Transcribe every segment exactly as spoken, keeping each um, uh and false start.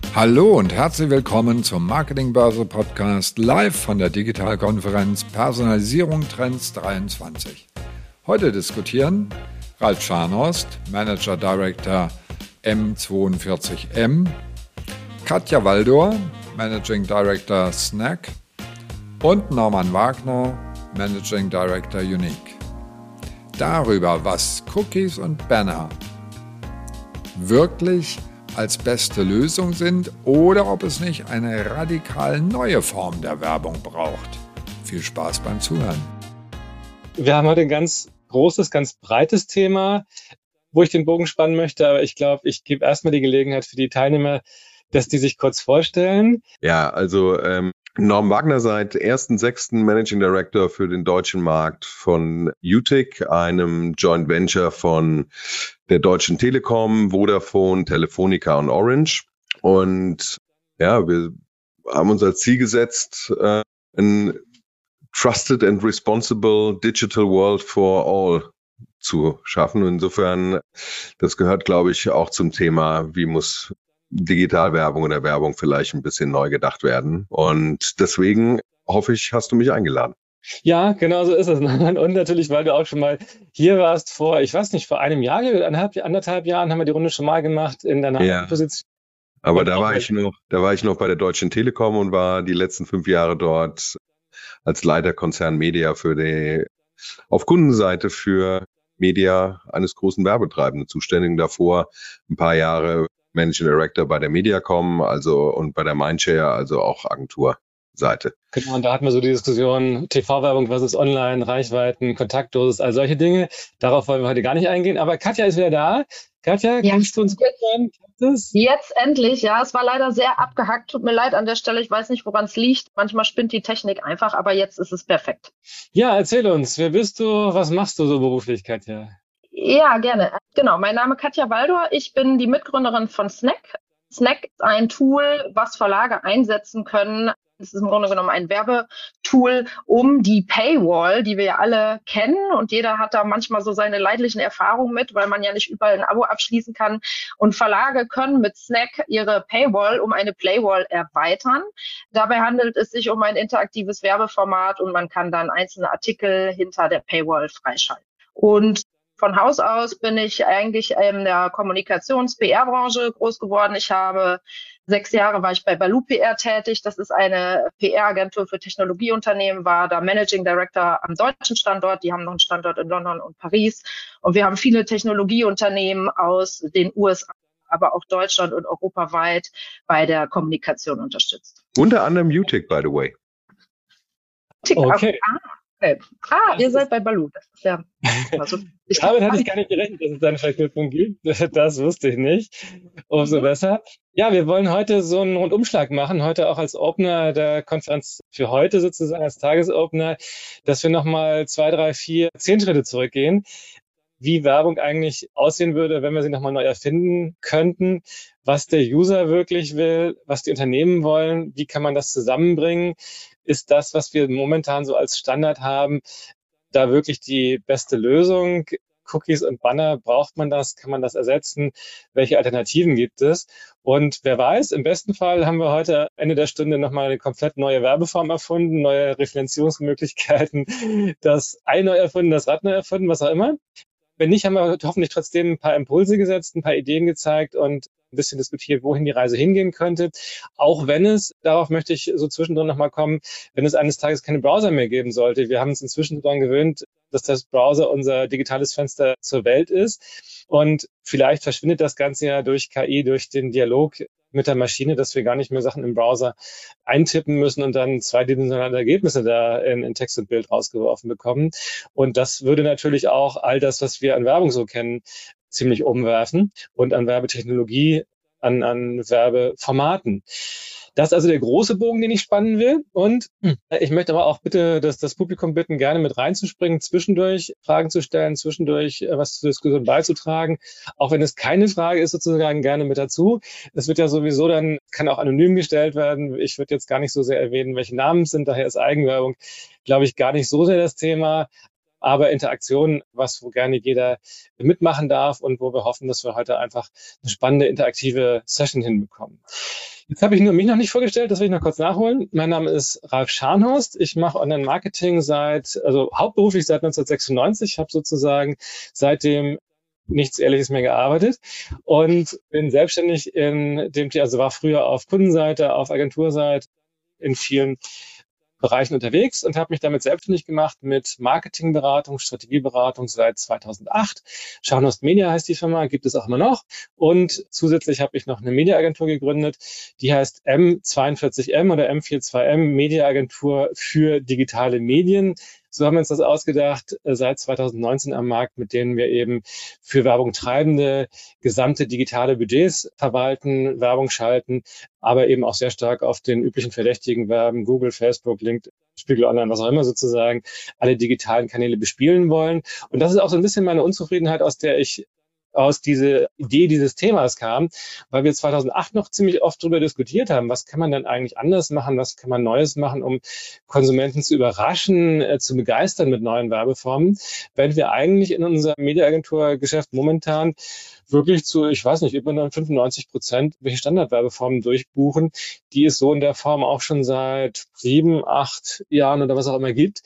Hallo und herzlich willkommen zum Marketingbörse Podcast live von der Digitalkonferenz Personalisierung Trends dreiundzwanzig. Heute diskutieren Ralf Scharnhorst, Manager Director M zweiundvierzig M, Katja Waldor, Managing Director Snack und Norman Wagner, Managing Director Unique. Darüber, was Cookies und Banner wirklich als beste Lösung sind oder ob es nicht eine radikal neue Form der Werbung braucht. Viel Spaß beim Zuhören. Wir haben heute ein ganz großes, ganz breites Thema, wo ich den Bogen spannen möchte, aber ich glaube, ich gebe erstmal die Gelegenheit für die Teilnehmer, dass die sich kurz vorstellen. Ja, also ähm, Norm Wagner, seit ersten sechsten Managing Director für den deutschen Markt von U T I C, einem Joint Venture von der Deutschen Telekom, Vodafone, Telefonica und Orange. Und ja, wir haben uns als Ziel gesetzt, äh, ein Trusted and Responsible Digital World for All zu schaffen. Insofern, das gehört, glaube ich, auch zum Thema, wie muss Digitalwerbung oder Werbung vielleicht ein bisschen neu gedacht werden. Und deswegen hoffe ich, hast du mich eingeladen. Ja, genau so ist es. Und natürlich, weil du auch schon mal hier warst vor, ich weiß nicht, vor einem Jahr, anderthalb, anderthalb Jahren haben wir die Runde schon mal gemacht in deiner ja. Position. Aber da war ich noch, da war ich noch bei der Deutschen Telekom und war die letzten fünf Jahre dort als Leiter Konzern Media für die, auf Kundenseite für Media eines großen Werbetreibenden zuständig. Davor ein paar Jahre Managing Director bei der Mediacom, also und bei der Mindshare, also auch Agenturseite. Genau, und da hatten wir so die Diskussion T V-Werbung versus Online, Reichweiten, Kontaktdosis, all solche Dinge. Darauf wollen wir heute gar nicht eingehen. Aber Katja ist wieder da. Katja, ja. kannst du uns kurz sagen? Jetzt endlich, ja. Es war leider sehr abgehackt. Tut mir leid an der Stelle. Ich weiß nicht, woran es liegt. Manchmal spinnt die Technik einfach, aber jetzt ist es perfekt. Ja, erzähl uns. Wer bist du? Was machst du so beruflich, Katja? Ja, gerne. Genau, mein Name ist Katja Waldor. Ich bin die Mitgründerin von Snack. Snack ist ein Tool, was Verlage einsetzen können. Es ist im Grunde genommen ein Werbetool, um die Paywall, die wir ja alle kennen. Und jeder hat da manchmal so seine leidlichen Erfahrungen mit, weil man ja nicht überall ein Abo abschließen kann. Und Verlage können mit Snack ihre Paywall um eine Playwall erweitern. Dabei handelt es sich um ein interaktives Werbeformat und man kann dann einzelne Artikel hinter der Paywall freischalten. Und von Haus aus bin ich eigentlich in der Kommunikations-P R-Branche groß geworden. Ich habe sechs Jahre war ich bei Baloo P R tätig. Das ist eine P R-Agentur für Technologieunternehmen, war da Managing Director am deutschen Standort. Die haben noch einen Standort in London und Paris. Und wir haben viele Technologieunternehmen aus den U S A, aber auch Deutschland und europaweit bei der Kommunikation unterstützt. Unter anderem U T I C, by the way. Okay. Ah. Okay. Ah, ihr seid bei Baloo. Das ist ja. Also, damit hatte ich gar nicht gerechnet, dass es da eine Verknüpfung gibt. Das wusste ich nicht. Umso mhm. besser. Ja, wir wollen heute so einen Rundumschlag machen. Heute auch als Opener der Konferenz für heute sozusagen, als Tagesopener, dass wir nochmal zwei, drei, vier, zehn Schritte zurückgehen. Wie Werbung eigentlich aussehen würde, wenn wir sie nochmal neu erfinden könnten, was der User wirklich will, was die Unternehmen wollen, wie kann man das zusammenbringen? Ist das, was wir momentan so als Standard haben, da wirklich die beste Lösung? Cookies und Banner, braucht man das? Kann man das ersetzen? Welche Alternativen gibt es? Und wer weiß, im besten Fall haben wir heute Ende der Stunde nochmal eine komplett neue Werbeform erfunden, neue Referenzierungsmöglichkeiten, das Ei neu erfunden, das Rad neu erfunden, was auch immer. Wenn nicht, haben wir hoffentlich trotzdem ein paar Impulse gesetzt, ein paar Ideen gezeigt und ein bisschen diskutiert, wohin die Reise hingehen könnte. Auch wenn es, darauf möchte ich so zwischendrin nochmal kommen, wenn es eines Tages keine Browser mehr geben sollte. Wir haben uns inzwischen daran gewöhnt, dass das Browser unser digitales Fenster zur Welt ist. Und vielleicht verschwindet das Ganze ja durch K I, durch den Dialog mit der Maschine, dass wir gar nicht mehr Sachen im Browser eintippen müssen und dann zweidimensionale Ergebnisse da in, in Text und Bild rausgeworfen bekommen. Und das würde natürlich auch all das, was wir an Werbung so kennen, ziemlich umwerfen und an Werbetechnologie, an, an Werbeformaten. Das ist also der große Bogen, den ich spannen will. Und ich möchte aber auch bitte das, das Publikum bitten, gerne mit reinzuspringen, zwischendurch Fragen zu stellen, zwischendurch was zur Diskussion beizutragen. Auch wenn es keine Frage ist, sozusagen gerne mit dazu. Es wird ja sowieso dann, kann auch anonym gestellt werden. Ich würde jetzt gar nicht so sehr erwähnen, welche Namen es sind. Daher ist Eigenwerbung, glaube ich, gar nicht so sehr das Thema. aber Interaktion, was wo gerne jeder mitmachen darf und wo wir hoffen, dass wir heute einfach eine spannende interaktive Session hinbekommen. Jetzt habe ich nur mich noch nicht vorgestellt, das will ich noch kurz nachholen. Mein Name ist Ralf Scharnhorst. Ich mache Online-Marketing seit, also hauptberuflich seit neunzehnhundertsechsundneunzig, habe sozusagen seitdem nichts Ehrliches mehr gearbeitet und bin selbstständig in dem, also war früher auf Kundenseite, auf Agenturseite in vielen Bereichen unterwegs und habe mich damit selbstständig gemacht mit Marketingberatung, Strategieberatung seit zweitausendacht. Scharnhorst Media heißt die Firma, gibt es auch immer noch. Und zusätzlich habe ich noch eine Mediaagentur gegründet, die heißt M zweiundvierzig M oder M zweiundvierzig M, Mediaagentur für digitale Medien. So haben wir uns das ausgedacht, seit zweitausendneunzehn am Markt, mit denen wir eben für Werbung treibende gesamte digitale Budgets verwalten, Werbung schalten, aber eben auch sehr stark auf den üblichen Verdächtigen werben, Google, Facebook, LinkedIn, Spiegel Online, was auch immer sozusagen, alle digitalen Kanäle bespielen wollen. Und das ist auch so ein bisschen meine Unzufriedenheit, aus der ich aus diese Idee dieses Themas kam, weil wir zweitausendacht noch ziemlich oft darüber diskutiert haben, was kann man denn eigentlich anders machen, was kann man Neues machen, um Konsumenten zu überraschen, äh, zu begeistern mit neuen Werbeformen, wenn wir eigentlich in unserem Mediaagenturgeschäft momentan wirklich zu, ich weiß nicht, über fünfundneunzig Prozent welche Standardwerbeformen durchbuchen, die es so in der Form auch schon seit sieben, acht Jahren oder was auch immer gibt.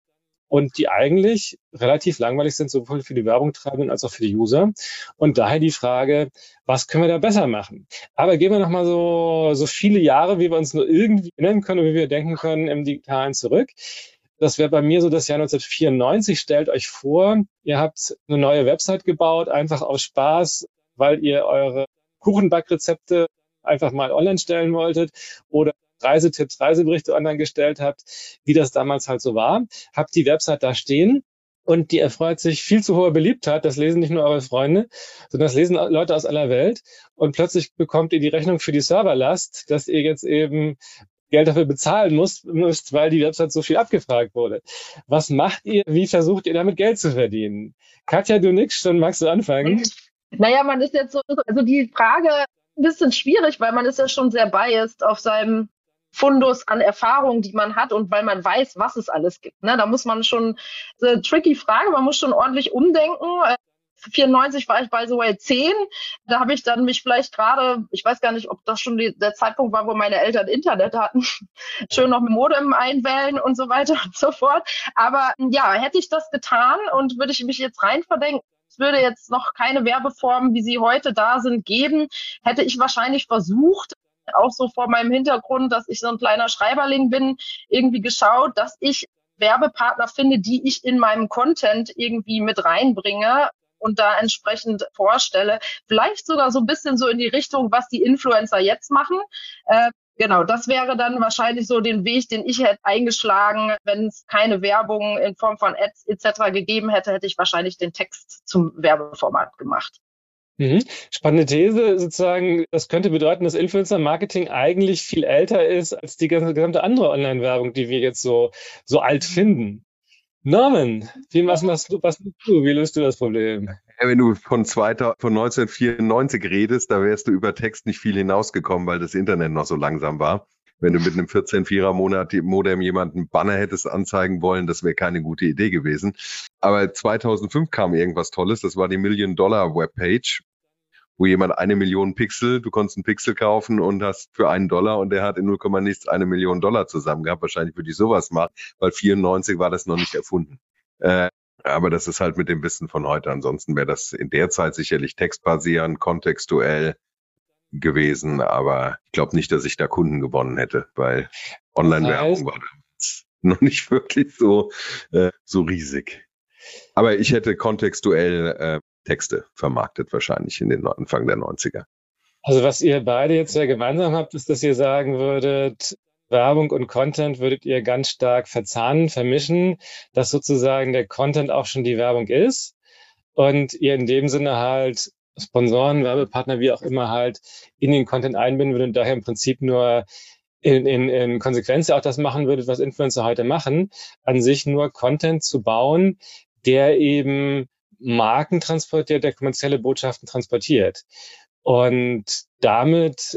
Und die eigentlich relativ langweilig sind, sowohl für die Werbungtreibenden als auch für die User. Und daher die Frage, was können wir da besser machen? Aber gehen wir nochmal so, so viele Jahre, wie wir uns nur irgendwie erinnern können und wie wir denken können, im Digitalen zurück. Das wäre bei mir so das Jahr neunzehnhundertvierundneunzig. Stellt euch vor, ihr habt eine neue Website gebaut, einfach aus Spaß, weil ihr eure Kuchenbackrezepte einfach mal online stellen wolltet oder Reisetipps, Reiseberichte online gestellt habt, wie das damals halt so war. Habt die Website da stehen und die erfreut sich viel zu hoher Beliebtheit. Das lesen nicht nur eure Freunde, sondern das lesen Leute aus aller Welt. Und plötzlich bekommt ihr die Rechnung für die Serverlast, dass ihr jetzt eben Geld dafür bezahlen müsst, müsst, weil die Website so viel abgefragt wurde. Was macht ihr? Wie versucht ihr damit Geld zu verdienen? Katja, du nix schon, magst du anfangen? Naja, man ist jetzt so, also die Frage ein bisschen schwierig, weil man ist ja schon sehr biased auf seinem Fundus an Erfahrung, die man hat und weil man weiß, was es alles gibt. Ne? Da muss man schon, eine tricky Frage, man muss schon ordentlich umdenken. vierundneunzig war ich by the way zehn. Da habe ich dann mich vielleicht gerade, ich weiß gar nicht, ob das schon die, der Zeitpunkt war, wo meine Eltern Internet hatten, schön noch mit Modem einwählen und so weiter und so fort. Aber ja, hätte ich das getan und würde ich mich jetzt rein verdenken, es würde jetzt noch keine Werbeformen, wie sie heute da sind, geben, hätte ich wahrscheinlich versucht, auch so vor meinem Hintergrund, dass ich so ein kleiner Schreiberling bin, irgendwie geschaut, dass ich Werbepartner finde, die ich in meinem Content irgendwie mit reinbringe und da entsprechend vorstelle. Vielleicht sogar so ein bisschen so in die Richtung, was die Influencer jetzt machen. Äh, genau, das wäre dann wahrscheinlich so den Weg, den ich hätte eingeschlagen. Wenn es keine Werbung in Form von Ads et cetera gegeben hätte, hätte ich wahrscheinlich den Text zum Werbeformat gemacht. Mhm. Spannende These, sozusagen, das könnte bedeuten, dass Influencer-Marketing eigentlich viel älter ist als die ganze, gesamte andere Online-Werbung, die wir jetzt so, so alt finden. Norman, wie, was machst du, was machst du, wie löst du das Problem? Ja, wenn du von, zweiter, von neunzehnhundertvierundneunzig redest, da wärst du über Text nicht viel hinausgekommen, weil das Internet noch so langsam war. Wenn du mit einem vierzehn Vierer Modem jemanden Banner hättest anzeigen wollen, das wäre keine gute Idee gewesen. Aber zweitausendfünf kam irgendwas Tolles, das war die Million-Dollar-Webpage, wo jemand eine Million Pixel, du konntest einen Pixel kaufen und hast für einen Dollar und der hat in null Komma nichts eine Million Dollar zusammen gehabt. Wahrscheinlich würde ich sowas machen, weil vierundneunzig war das noch nicht erfunden. Äh, aber das ist halt mit dem Wissen von heute. Ansonsten wäre das in der Zeit sicherlich textbasierend, kontextuell gewesen, aber ich glaube nicht, dass ich da Kunden gewonnen hätte, weil Online-Werbung war damals noch nicht wirklich so, äh, so riesig. Aber ich hätte kontextuell äh, Texte vermarktet wahrscheinlich in den Anfang der neunziger. Also was ihr beide jetzt ja gemeinsam habt, ist, dass ihr sagen würdet, Werbung und Content würdet ihr ganz stark verzahnen, vermischen, dass sozusagen der Content auch schon die Werbung ist und ihr in dem Sinne halt Sponsoren, Werbepartner, wie auch immer halt in den Content einbinden würdet und daher im Prinzip nur in, in, in Konsequenz auch das machen würdet, was Influencer heute machen, an sich nur Content zu bauen, der eben Marken transportiert, der kommerzielle Botschaften transportiert. Und damit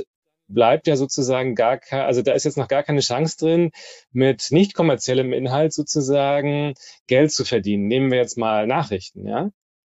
bleibt ja sozusagen gar kein, also da ist jetzt noch gar keine Chance drin, mit nicht kommerziellem Inhalt sozusagen Geld zu verdienen. Nehmen wir jetzt mal Nachrichten, ja?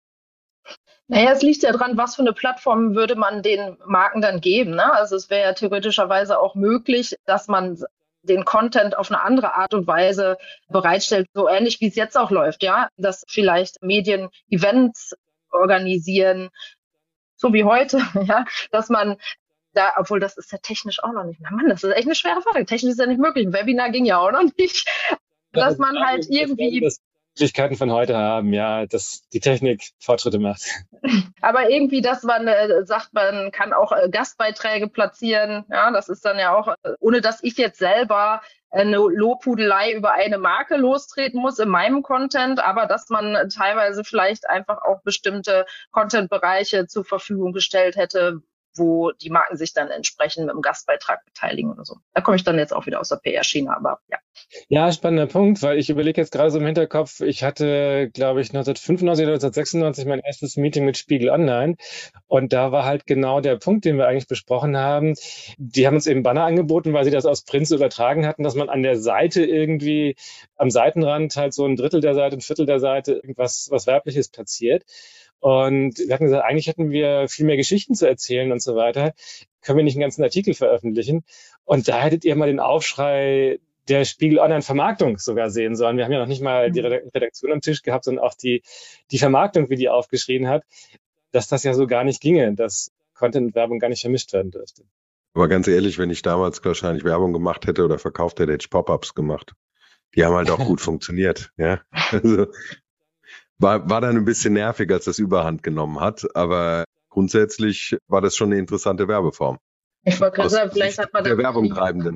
Naja, es liegt ja dran, was für eine Plattform würde man den Marken dann geben, ne? Also es wäre ja theoretischerweise auch möglich, dass man den Content auf eine andere Art und Weise bereitstellt, so ähnlich wie es jetzt auch läuft, ja, dass vielleicht Medien Events organisieren, so wie heute, ja, dass man da, obwohl das ist ja technisch auch noch nicht mehr. Mann, das ist echt eine schwere Frage. Technisch ist ja nicht möglich. Ein Webinar ging ja auch noch nicht. Dass man halt irgendwie Möglichkeiten von heute haben, ja, dass die Technik Fortschritte macht. Aber irgendwie, dass man äh, sagt, man kann auch äh, Gastbeiträge platzieren. Ja, das ist dann ja auch, äh, ohne dass ich jetzt selber eine Lobhudelei über eine Marke lostreten muss in meinem Content, aber dass man teilweise vielleicht einfach auch bestimmte Content-Bereiche zur Verfügung gestellt hätte, wo die Marken sich dann entsprechend mit dem Gastbeitrag beteiligen oder so. Da komme ich dann jetzt auch wieder aus der P R-Schiene, aber ja. Ja, spannender Punkt, weil ich überlege jetzt gerade so im Hinterkopf, ich hatte, glaube ich, neunzehnhundertfünfundneunzig oder neunzehnhundertsechsundneunzig mein erstes Meeting mit Spiegel Online und da war halt genau der Punkt, den wir eigentlich besprochen haben. Die haben uns eben Banner angeboten, weil sie das aus Print so übertragen hatten, dass man an der Seite irgendwie, am Seitenrand halt so ein Drittel der Seite, ein Viertel der Seite irgendwas was Werbliches platziert. Und wir hatten gesagt, eigentlich hätten wir viel mehr Geschichten zu erzählen und so weiter. Können wir nicht einen ganzen Artikel veröffentlichen? Und da hättet ihr mal den Aufschrei der Spiegel Online Vermarktung sogar sehen sollen. Wir haben ja noch nicht mal die Redaktion am Tisch gehabt, sondern auch die, die Vermarktung, wie die aufgeschrien hat, dass das ja so gar nicht ginge, dass Content und Werbung gar nicht vermischt werden dürfte. Aber ganz ehrlich, wenn ich damals wahrscheinlich Werbung gemacht hätte oder verkauft hätte, hätte ich Pop-ups gemacht. Die haben halt auch gut funktioniert, ja. Also, War, war dann ein bisschen nervig, als das Überhand genommen hat, aber grundsätzlich war das schon eine interessante Werbeform. Ich wollte gerade sagen, vielleicht hat man der Werbung Treibenden.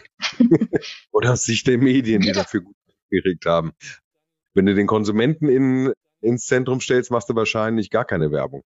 Oder aus Sicht der Medien, die dafür gut geregt haben. Wenn du den Konsumenten in, ins Zentrum stellst, machst du wahrscheinlich gar keine Werbung.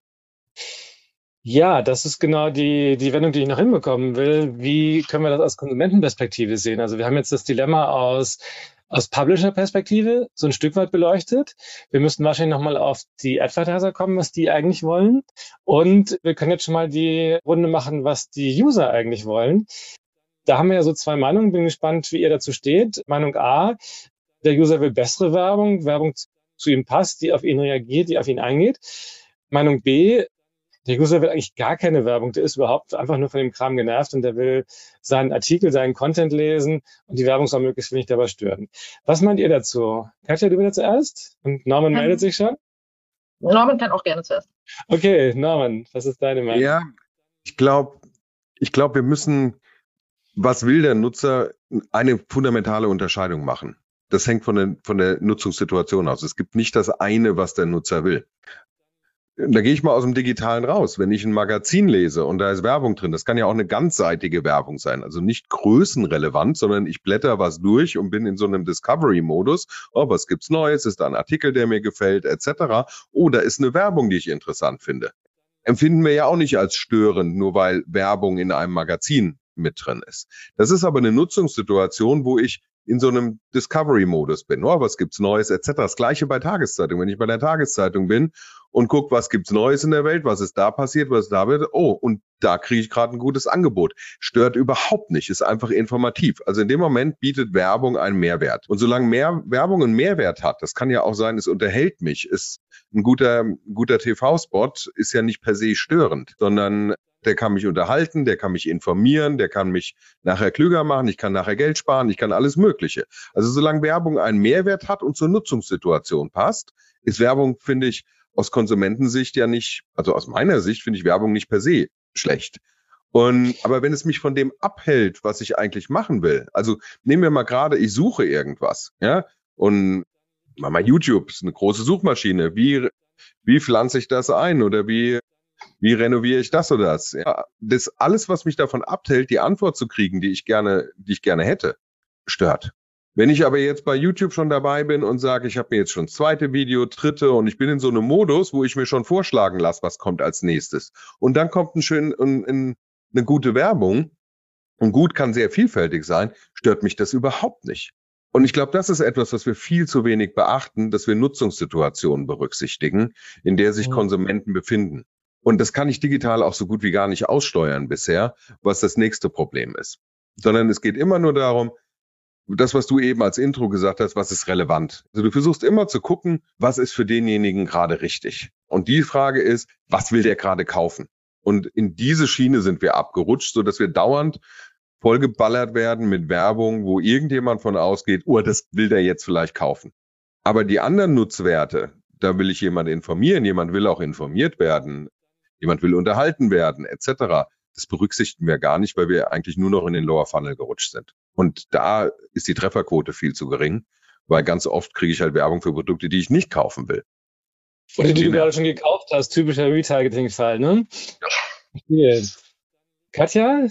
Ja, das ist genau die, die Wendung, die ich noch hinbekommen will. Wie können wir das aus Konsumentenperspektive sehen? Also wir haben jetzt das Dilemma aus aus Publisher-Perspektive so ein Stück weit beleuchtet. Wir müssten wahrscheinlich nochmal auf die Advertiser kommen, was die eigentlich wollen. Und wir können jetzt schon mal die Runde machen, was die User eigentlich wollen. Da haben wir ja so zwei Meinungen. Bin gespannt, wie ihr dazu steht. Meinung A, der User will bessere Werbung, Werbung zu ihm passt, die auf ihn reagiert, die auf ihn eingeht. Meinung B, der User will eigentlich gar keine Werbung, der ist überhaupt einfach nur von dem Kram genervt und der will seinen Artikel, seinen Content lesen und die Werbung soll möglichst wenig dabei stören. Was meint ihr dazu? Katja, du wieder zuerst? Und Norman ähm, meldet sich schon? Norman kann auch gerne zuerst. Okay, Norman, was ist deine Meinung? Ja, ich glaube, ich glaube, wir müssen, was will der Nutzer, eine fundamentale Unterscheidung machen. Das hängt von der, von der Nutzungssituation aus. Es gibt nicht das eine, was der Nutzer will. Da gehe ich mal aus dem Digitalen raus. Wenn ich ein Magazin lese und da ist Werbung drin, das kann ja auch eine ganzseitige Werbung sein. Also nicht größenrelevant, sondern ich blätter was durch und bin in so einem Discovery-Modus. Oh, was gibt's Neues? Ist da ein Artikel, der mir gefällt, et cetera. Oh, da ist eine Werbung, die ich interessant finde. Empfinden wir ja auch nicht als störend, nur weil Werbung in einem Magazin mit drin ist. Das ist aber eine Nutzungssituation, wo ich in so einem Discovery-Modus bin. Oh, was gibt's Neues, et cetera. Das Gleiche bei Tageszeitung. Wenn ich bei der Tageszeitung bin und gucke, was gibt's Neues in der Welt, was ist da passiert, was da wird, oh, und da kriege ich gerade ein gutes Angebot. Stört überhaupt nicht, ist einfach informativ. Also in dem Moment bietet Werbung einen Mehrwert. Und solange mehr Werbung einen Mehrwert hat, das kann ja auch sein, es unterhält mich, ist ein guter, ein guter T V-Spot, ist ja nicht per se störend, sondern der kann mich unterhalten, der kann mich informieren, der kann mich nachher klüger machen, ich kann nachher Geld sparen, ich kann alles Mögliche. Also solange Werbung einen Mehrwert hat und zur Nutzungssituation passt, ist Werbung, finde ich, aus Konsumentensicht ja nicht, also aus meiner Sicht finde ich Werbung nicht per se schlecht. Und, aber wenn es mich von dem abhält, was ich eigentlich machen will, also nehmen wir mal gerade, ich suche irgendwas, ja, und mal mal YouTube ist eine große Suchmaschine, wie, wie pflanze ich das ein oder wie Wie renoviere ich das oder das? Ja, das alles, was mich davon abhält, die Antwort zu kriegen, die ich gerne, die ich gerne hätte, stört. Wenn ich aber jetzt bei YouTube schon dabei bin und sage, ich habe mir jetzt schon das zweite Video, dritte und ich bin in so einem Modus, wo ich mir schon vorschlagen lasse, was kommt als nächstes. Und dann kommt ein schön, ein, ein, eine gute Werbung. Und gut kann sehr vielfältig sein, stört mich das überhaupt nicht. Und ich glaube, das ist etwas, was wir viel zu wenig beachten, dass wir Nutzungssituationen berücksichtigen, in der sich Konsumenten befinden. Und das kann ich digital auch so gut wie gar nicht aussteuern bisher, was das nächste Problem ist. Sondern es geht immer nur darum, das, was du eben als Intro gesagt hast, was ist relevant? Also du versuchst immer zu gucken, was ist für denjenigen gerade richtig? Und die Frage ist, was will der gerade kaufen? Und in diese Schiene sind wir abgerutscht, sodass wir dauernd vollgeballert werden mit Werbung, wo irgendjemand von ausgeht, oh, das will der jetzt vielleicht kaufen. Aber die anderen Nutzwerte, da will ich jemand informieren, jemand will auch informiert werden, jemand will unterhalten werden, et cetera. Das berücksichtigen wir gar nicht, weil wir eigentlich nur noch in den Lower Funnel gerutscht sind. Und da ist die Trefferquote viel zu gering, weil ganz oft kriege ich halt Werbung für Produkte, die ich nicht kaufen will. Oder die du gerade schon gekauft hast, typischer Retargeting-Fall, ne? Ja. Katja?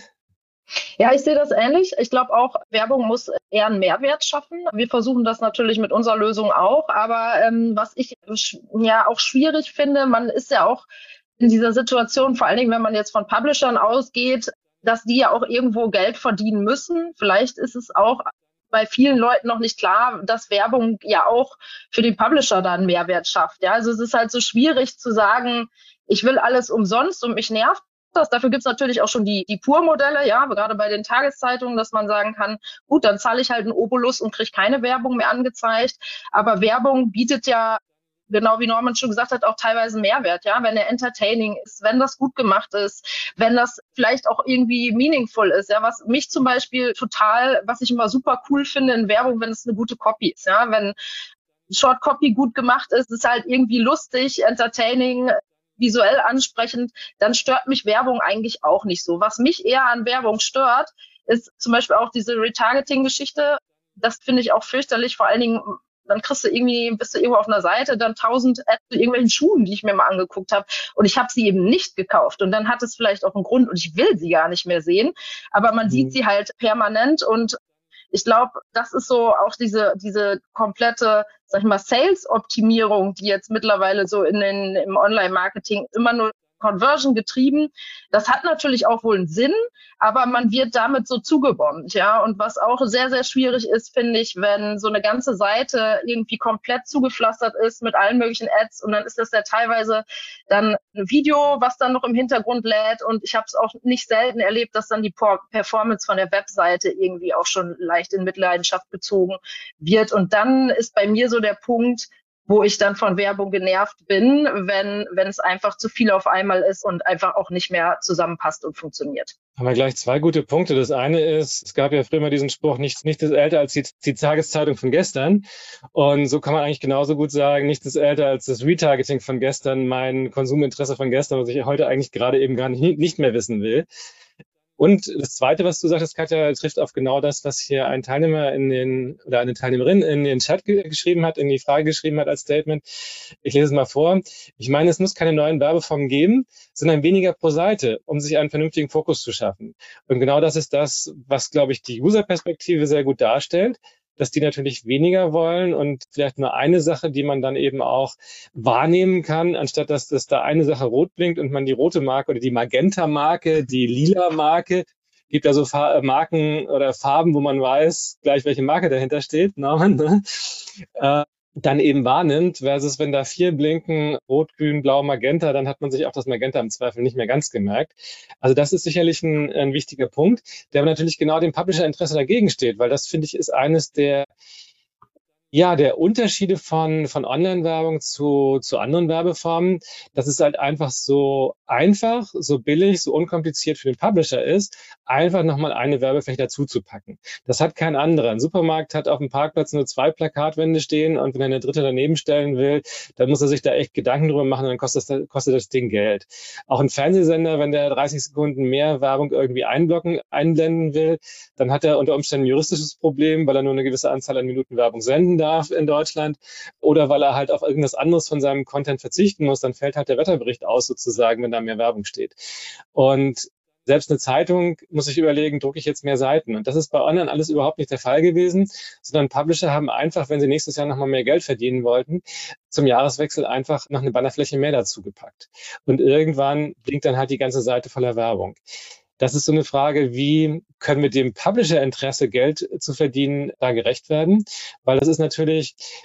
Ja, ich sehe das ähnlich. Ich glaube auch, Werbung muss eher einen Mehrwert schaffen. Wir versuchen das natürlich mit unserer Lösung auch. Aber ähm, was ich ja auch schwierig finde, man ist ja auch in dieser Situation, vor allen Dingen, wenn man jetzt von Publishern ausgeht, dass die ja auch irgendwo Geld verdienen müssen. Vielleicht ist es auch bei vielen Leuten noch nicht klar, dass Werbung ja auch für den Publisher da einen Mehrwert schafft. Ja, also es ist halt so schwierig zu sagen, ich will alles umsonst und mich nervt das. Dafür gibt's natürlich auch schon die, die Pur-Modelle, ja, gerade bei den Tageszeitungen, dass man sagen kann, gut, dann zahle ich halt einen Obolus und kriege keine Werbung mehr angezeigt. Aber Werbung bietet ja, genau wie Norman schon gesagt hat, auch teilweise Mehrwert, ja, wenn er entertaining ist, wenn das gut gemacht ist, wenn das vielleicht auch irgendwie meaningful ist, ja, was mich zum Beispiel total, was ich immer super cool finde in Werbung, wenn es eine gute Copy ist, ja, wenn Short Copy gut gemacht ist, ist halt irgendwie lustig, entertaining, visuell ansprechend, dann stört mich Werbung eigentlich auch nicht so. Was mich eher an Werbung stört, ist zum Beispiel auch diese Retargeting-Geschichte. Das finde ich auch fürchterlich, vor allen Dingen, dann kriegst du irgendwie, bist du irgendwo auf einer Seite, dann tausend Ads zu irgendwelchen Schuhen, die ich mir mal angeguckt habe. Und ich habe sie eben nicht gekauft. Und dann hat es vielleicht auch einen Grund und ich will sie gar nicht mehr sehen. Aber man mhm. sieht sie halt permanent. Und ich glaube, das ist so auch diese, diese komplette, sag ich mal, Sales-Optimierung, die jetzt mittlerweile so in den, im Online-Marketing immer nur Conversion getrieben. Das hat natürlich auch wohl einen Sinn, aber man wird damit so zugebombt, ja. Und was auch sehr, sehr schwierig ist, finde ich, wenn so eine ganze Seite irgendwie komplett zugepflastert ist mit allen möglichen Ads und dann ist das ja teilweise dann ein Video, was dann noch im Hintergrund lädt und ich habe es auch nicht selten erlebt, dass dann die Performance von der Webseite irgendwie auch schon leicht in Mitleidenschaft gezogen wird. Und dann ist bei mir so der Punkt, wo ich dann von Werbung genervt bin, wenn wenn es einfach zu viel auf einmal ist und einfach auch nicht mehr zusammenpasst und funktioniert. Haben wir gleich zwei gute Punkte. Das eine ist, es gab ja früher mal diesen Spruch, nichts, nichts ist älter als die, die Tageszeitung von gestern. Und so kann man eigentlich genauso gut sagen, nichts ist älter als das Retargeting von gestern, mein Konsuminteresse von gestern, was ich heute eigentlich gerade eben gar nicht, nicht mehr wissen will. Und das Zweite, was du sagtest, Katja, trifft auf genau das, was hier ein Teilnehmer in den oder eine Teilnehmerin in den Chat ge- geschrieben hat, in die Frage geschrieben hat als Statement. Ich lese es mal vor. Ich meine, es muss keine neuen Werbeformen geben, sondern weniger pro Seite, um sich einen vernünftigen Fokus zu schaffen. Und genau das ist das, was, glaube ich, die User-Perspektive sehr gut darstellt, dass die natürlich weniger wollen und vielleicht nur eine Sache, die man dann eben auch wahrnehmen kann, anstatt dass das da eine Sache rot blinkt und man die rote Marke oder die Magenta-Marke, die lila Marke, gibt ja so Fa- Marken oder Farben, wo man weiß, gleich welche Marke dahinter steht, Norman, ne? äh, dann eben wahrnimmt, versus wenn da vier blinken, rot, grün, blau, magenta, dann hat man sich auch das Magenta im Zweifel nicht mehr ganz gemerkt. Also das ist sicherlich ein, ein wichtiger Punkt, der aber natürlich genau dem Publisher-Interesse dagegen steht, weil das, finde ich, ist eines der Ja, der Unterschiede von, von Online-Werbung zu, zu anderen Werbeformen, dass es halt einfach so einfach, so billig, so unkompliziert für den Publisher ist, einfach nochmal eine Werbefläche dazu zu packen. Das hat kein anderer. Ein Supermarkt hat auf dem Parkplatz nur zwei Plakatwände stehen und wenn er eine dritte daneben stellen will, dann muss er sich da echt Gedanken drüber machen und dann kostet das, kostet das Ding Geld. Auch ein Fernsehsender, wenn der dreißig Sekunden mehr Werbung irgendwie einblocken, einblenden will, dann hat er unter Umständen ein juristisches Problem, weil er nur eine gewisse Anzahl an Minuten Werbung senden darf in Deutschland oder weil er halt auf irgendwas anderes von seinem Content verzichten muss, dann fällt halt der Wetterbericht aus sozusagen, wenn da mehr Werbung steht. Und selbst eine Zeitung muss sich überlegen, drucke ich jetzt mehr Seiten? Und das ist bei Online alles überhaupt nicht der Fall gewesen, sondern Publisher haben einfach, wenn sie nächstes Jahr nochmal mehr Geld verdienen wollten, zum Jahreswechsel einfach noch eine Bannerfläche mehr dazu gepackt. Und irgendwann blinkt dann halt die ganze Seite voller Werbung. Das ist so eine Frage, wie können wir dem Publisher-Interesse, Geld zu verdienen, da gerecht werden? Weil das ist natürlich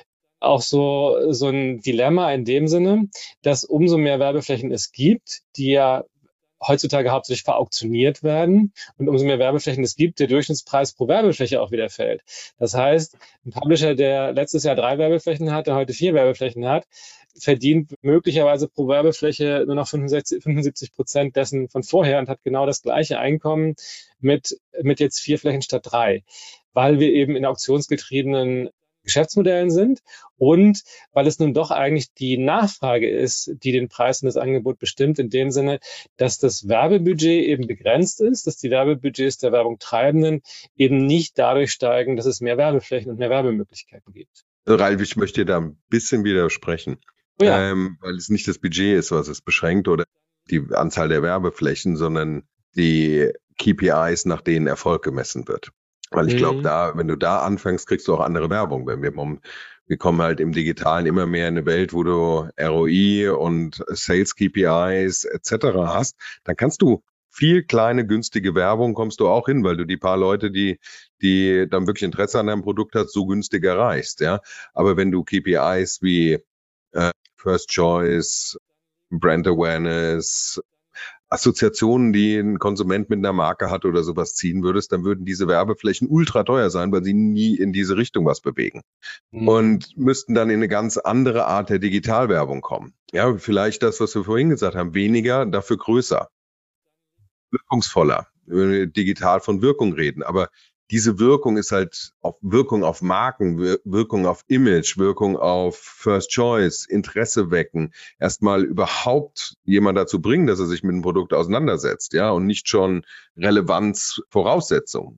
auch so, so ein Dilemma in dem Sinne, dass umso mehr Werbeflächen es gibt, die ja heutzutage hauptsächlich verauktioniert werden und umso mehr Werbeflächen es gibt, der Durchschnittspreis pro Werbefläche auch wieder fällt. Das heißt, ein Publisher, der letztes Jahr drei Werbeflächen hatte, heute vier Werbeflächen hat, verdient möglicherweise pro Werbefläche nur noch fünfundsiebzig Prozent dessen von vorher und hat genau das gleiche Einkommen mit, mit jetzt vier Flächen statt drei, weil wir eben in auktionsgetriebenen Geschäftsmodellen sind und weil es nun doch eigentlich die Nachfrage ist, die den Preis und das Angebot bestimmt, in dem Sinne, dass das Werbebudget eben begrenzt ist, dass die Werbebudgets der Werbungtreibenden eben nicht dadurch steigen, dass es mehr Werbeflächen und mehr Werbemöglichkeiten gibt. Ralf, ich möchte dir da ein bisschen widersprechen, Oh ja. ähm, weil es nicht das Budget ist, was es beschränkt oder die Anzahl der Werbeflächen, sondern die K P Is, nach denen Erfolg gemessen wird. Weil ich glaube, Mhm. da, wenn du da anfängst, kriegst du auch andere Werbung. Wenn wir, wir kommen halt im Digitalen immer mehr in eine Welt, wo du R O I und Sales K P Is et cetera hast, dann kannst du viel kleine, günstige Werbung kommst du auch hin, weil du die paar Leute, die, die dann wirklich Interesse an deinem Produkt hast, so günstig erreichst, ja. Aber wenn du K P Is wie äh, First Choice, Brand Awareness, Assoziationen, die ein Konsument mit einer Marke hat oder sowas ziehen würdest, dann würden diese Werbeflächen ultra teuer sein, weil sie nie in diese Richtung was bewegen. Mhm. Und müssten dann in eine ganz andere Art der Digitalwerbung kommen. Ja, vielleicht das, was wir vorhin gesagt haben, weniger, dafür größer, wirkungsvoller, wenn wir digital von Wirkung reden. Aber diese Wirkung ist halt auf Wirkung auf Marken, Wirkung auf Image, Wirkung auf First Choice, Interesse wecken, erstmal überhaupt jemand dazu bringen, dass er sich mit dem Produkt auseinandersetzt, ja, und nicht schon Relevanzvoraussetzungen.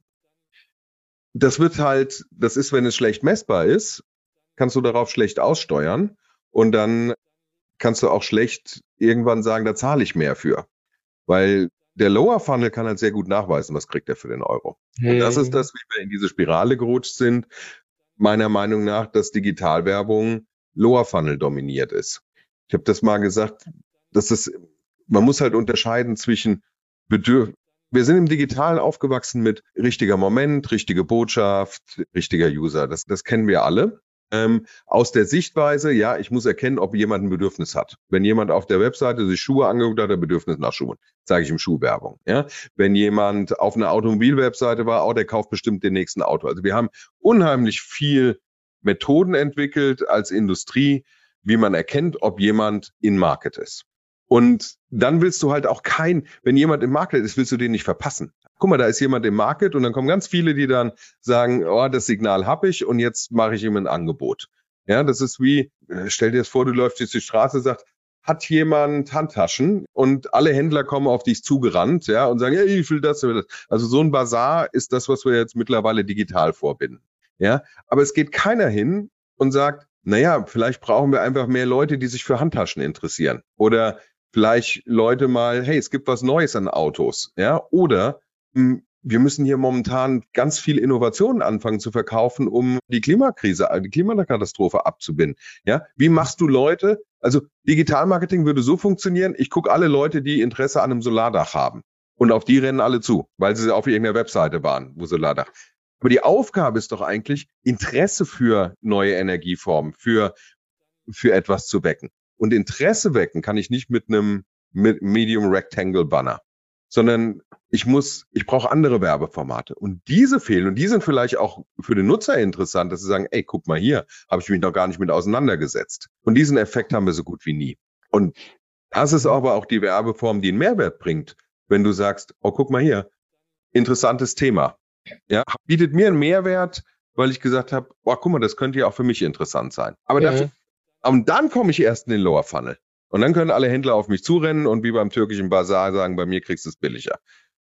Das wird halt, das ist, wenn es schlecht messbar ist, kannst du darauf schlecht aussteuern und dann kannst du auch schlecht irgendwann sagen, da zahle ich mehr für, weil der Lower Funnel kann halt sehr gut nachweisen, was kriegt er für den Euro. Mhm. Und das ist das, wie wir in diese Spirale gerutscht sind, meiner Meinung nach, dass Digitalwerbung Lower Funnel dominiert ist. Ich habe das mal gesagt, dass es, man muss halt unterscheiden zwischen Bedürf. Wir sind im Digitalen aufgewachsen mit richtiger Moment, richtige Botschaft, richtiger User. Das, das kennen wir alle. Ähm, aus der Sichtweise, ja, ich muss erkennen, ob jemand ein Bedürfnis hat. Wenn jemand auf der Webseite sich Schuhe angeguckt hat, hat er Bedürfnis nach Schuhen, zeige ich ihm Schuhwerbung. Ja? Wenn jemand auf einer Automobilwebseite war, oh, der kauft bestimmt den nächsten Auto. Also wir haben unheimlich viel Methoden entwickelt als Industrie, wie man erkennt, ob jemand in Market ist. Und dann willst du halt auch kein, wenn jemand im Market ist, willst du den nicht verpassen. Guck mal, da ist jemand im Market und dann kommen ganz viele, die dann sagen, oh, das Signal habe ich und jetzt mache ich ihm ein Angebot. Ja, das ist wie, stell dir das vor, du läufst jetzt die Straße, sagt, hat jemand Handtaschen und alle Händler kommen auf dich zugerannt, ja, und sagen, ja, ich will das, ich will das. Also so ein Bazar ist das, was wir jetzt mittlerweile digital vorbinden. Ja, aber es geht keiner hin und sagt, naja, vielleicht brauchen wir einfach mehr Leute, die sich für Handtaschen interessieren. Oder vielleicht Leute mal, hey, es gibt was Neues an Autos, ja, oder mh, wir müssen hier momentan ganz viel Innovationen anfangen zu verkaufen, um die Klimakrise, die Klimakatastrophe abzubinden. Ja, wie machst du Leute? Also Digitalmarketing würde so funktionieren, ich gucke alle Leute, die Interesse an einem Solardach haben und auf die rennen alle zu, weil sie auf irgendeiner Webseite waren, wo Solardach. Aber die Aufgabe ist doch eigentlich, Interesse für neue Energieformen, für, für etwas zu wecken. Und Interesse wecken kann ich nicht mit einem Medium Rectangle Banner, sondern ich muss, ich brauche andere Werbeformate. Und diese fehlen und die sind vielleicht auch für den Nutzer interessant, dass sie sagen, ey, guck mal hier, habe ich mich noch gar nicht mit auseinandergesetzt. Und diesen Effekt haben wir so gut wie nie. Und das ist aber auch die Werbeform, die einen Mehrwert bringt. Wenn du sagst, oh, guck mal hier, interessantes Thema. Ja, bietet mir einen Mehrwert, weil ich gesagt habe, oh, guck mal, das könnte ja auch für mich interessant sein. Aber Ja. dafür, und dann komme ich erst in den Lower Funnel. Und dann können alle Händler auf mich zurennen und wie beim türkischen Bazar sagen, bei mir kriegst du es billiger.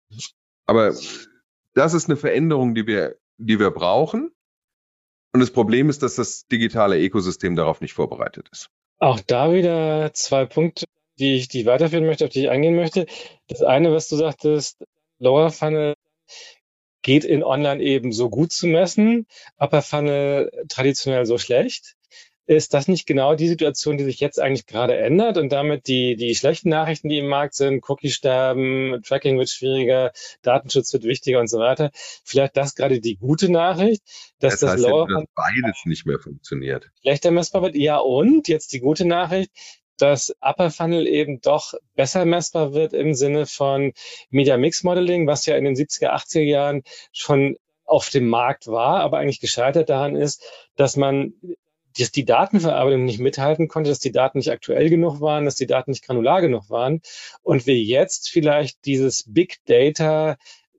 Aber das ist eine Veränderung, die wir, die wir brauchen. Und das Problem ist, dass das digitale Ökosystem darauf nicht vorbereitet ist. Auch da wieder zwei Punkte, die ich, die ich weiterführen möchte, auf die ich eingehen möchte. Das eine, was du sagtest, Lower Funnel geht in Online eben so gut zu messen, Upper Funnel traditionell so schlecht. Ist das nicht genau die Situation, die sich jetzt eigentlich gerade ändert und damit die, die schlechten Nachrichten, die im Markt sind, Cookie sterben, Tracking wird schwieriger, Datenschutz wird wichtiger und so weiter. Vielleicht das gerade die gute Nachricht, dass Das das heißt ja Lower nur, dass beides nicht mehr funktioniert. schlechter messbar wird. Ja, und jetzt die gute Nachricht, dass Upper Funnel eben doch besser messbar wird im Sinne von Media Mix Modeling, was ja in den siebziger, achtziger Jahren schon auf dem Markt war, aber eigentlich gescheitert daran ist, dass man dass die Datenverarbeitung nicht mithalten konnte, dass die Daten nicht aktuell genug waren, dass die Daten nicht granular genug waren und wir jetzt vielleicht dieses Big Data,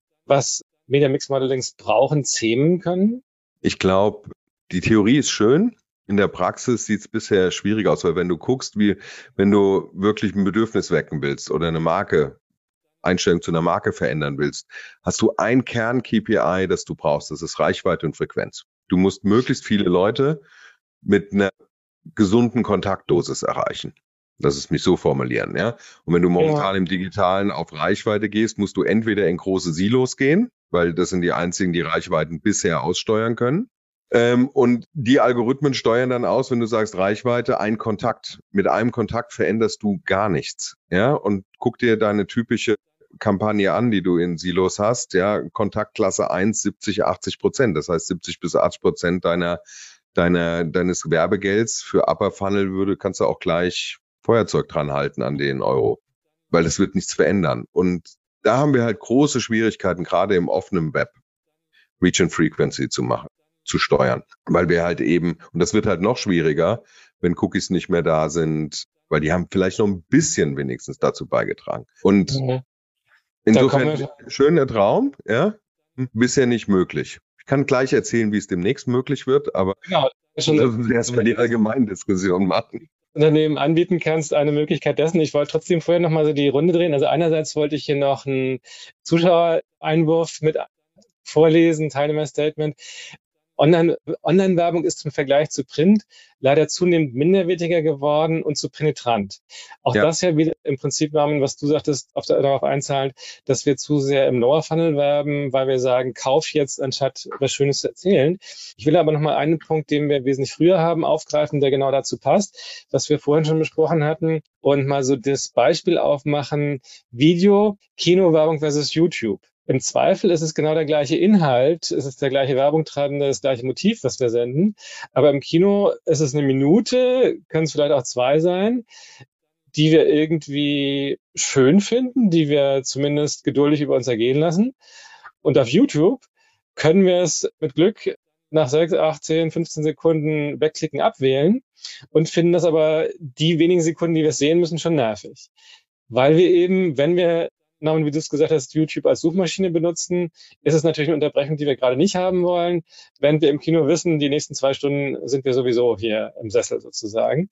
was Media Mix Modelings brauchen, zähmen können? Ich glaube, die Theorie ist schön. In der Praxis sieht es bisher schwierig aus, weil wenn du guckst, wie wenn du wirklich ein Bedürfnis wecken willst oder eine Marke, Einstellung zu einer Marke verändern willst, hast du ein Kern-K P I, das du brauchst. Das ist Reichweite und Frequenz. Du musst möglichst viele Leute mit einer gesunden Kontaktdosis erreichen. Lass es mich so formulieren, ja. Und wenn du momentan ja. im Digitalen auf Reichweite gehst, musst du entweder in große Silos gehen, weil das sind die einzigen, die Reichweiten bisher aussteuern können. Ähm, und die Algorithmen steuern dann aus, wenn du sagst Reichweite, ein Kontakt. Mit einem Kontakt veränderst du gar nichts, ja. Und guck dir deine typische Kampagne an, die du in Silos hast, ja. Kontaktklasse eins, siebzig, achtzig Prozent. Das heißt, siebzig bis achtzig Prozent deiner Deiner, deines Werbegelds für Upper Funnel würde, kannst du auch gleich Feuerzeug dran halten an den Euro, weil das wird nichts verändern. Und da haben wir halt große Schwierigkeiten, gerade im offenen Web, Reach and Frequency zu machen, zu steuern, weil wir halt eben, und das wird halt noch schwieriger, wenn Cookies nicht mehr da sind, weil die haben vielleicht noch ein bisschen wenigstens dazu beigetragen. Und mhm. insofern, schöner Traum, ja, bisher nicht möglich. Ich kann gleich erzählen, wie es demnächst möglich wird, aber genau, schon lassen wir erstmal die Allgemeindiskussion machen. Unternehmen anbieten kannst, eine Möglichkeit dessen. Ich wollte trotzdem vorher noch mal so die Runde drehen. Also einerseits wollte ich hier noch einen Zuschauereinwurf mit vorlesen, Teilnehmerstatement. Online, Online-Werbung ist im Vergleich zu Print leider zunehmend minderwertiger geworden und zu penetrant. Auch ja. das ja wieder im Prinzip, Norman, was du sagtest, auf der, darauf einzahlt, dass wir zu sehr im Lower Funnel werben, weil wir sagen, kauf jetzt, anstatt was Schönes zu erzählen. Ich will aber noch mal einen Punkt, den wir wesentlich früher haben, aufgreifen, der genau dazu passt, was wir vorhin schon besprochen hatten und mal so das Beispiel aufmachen, Video, Kinowerbung versus YouTube. Im Zweifel ist es genau der gleiche Inhalt, es ist der gleiche Werbungtreibende, das gleiche Motiv, was wir senden. Aber im Kino ist es eine Minute, können es vielleicht auch zwei sein, die wir irgendwie schön finden, die wir zumindest geduldig über uns ergehen lassen. Und auf YouTube können wir es mit Glück nach sechs, acht, zehn, fünfzehn Sekunden wegklicken, abwählen und finden das aber die wenigen Sekunden, die wir sehen müssen, schon nervig. Weil wir eben, wenn wir Namen, wie du es gesagt hast, YouTube als Suchmaschine benutzen, ist es natürlich eine Unterbrechung, die wir gerade nicht haben wollen. Wenn wir im Kino wissen, die nächsten zwei Stunden sind wir sowieso hier im Sessel sozusagen.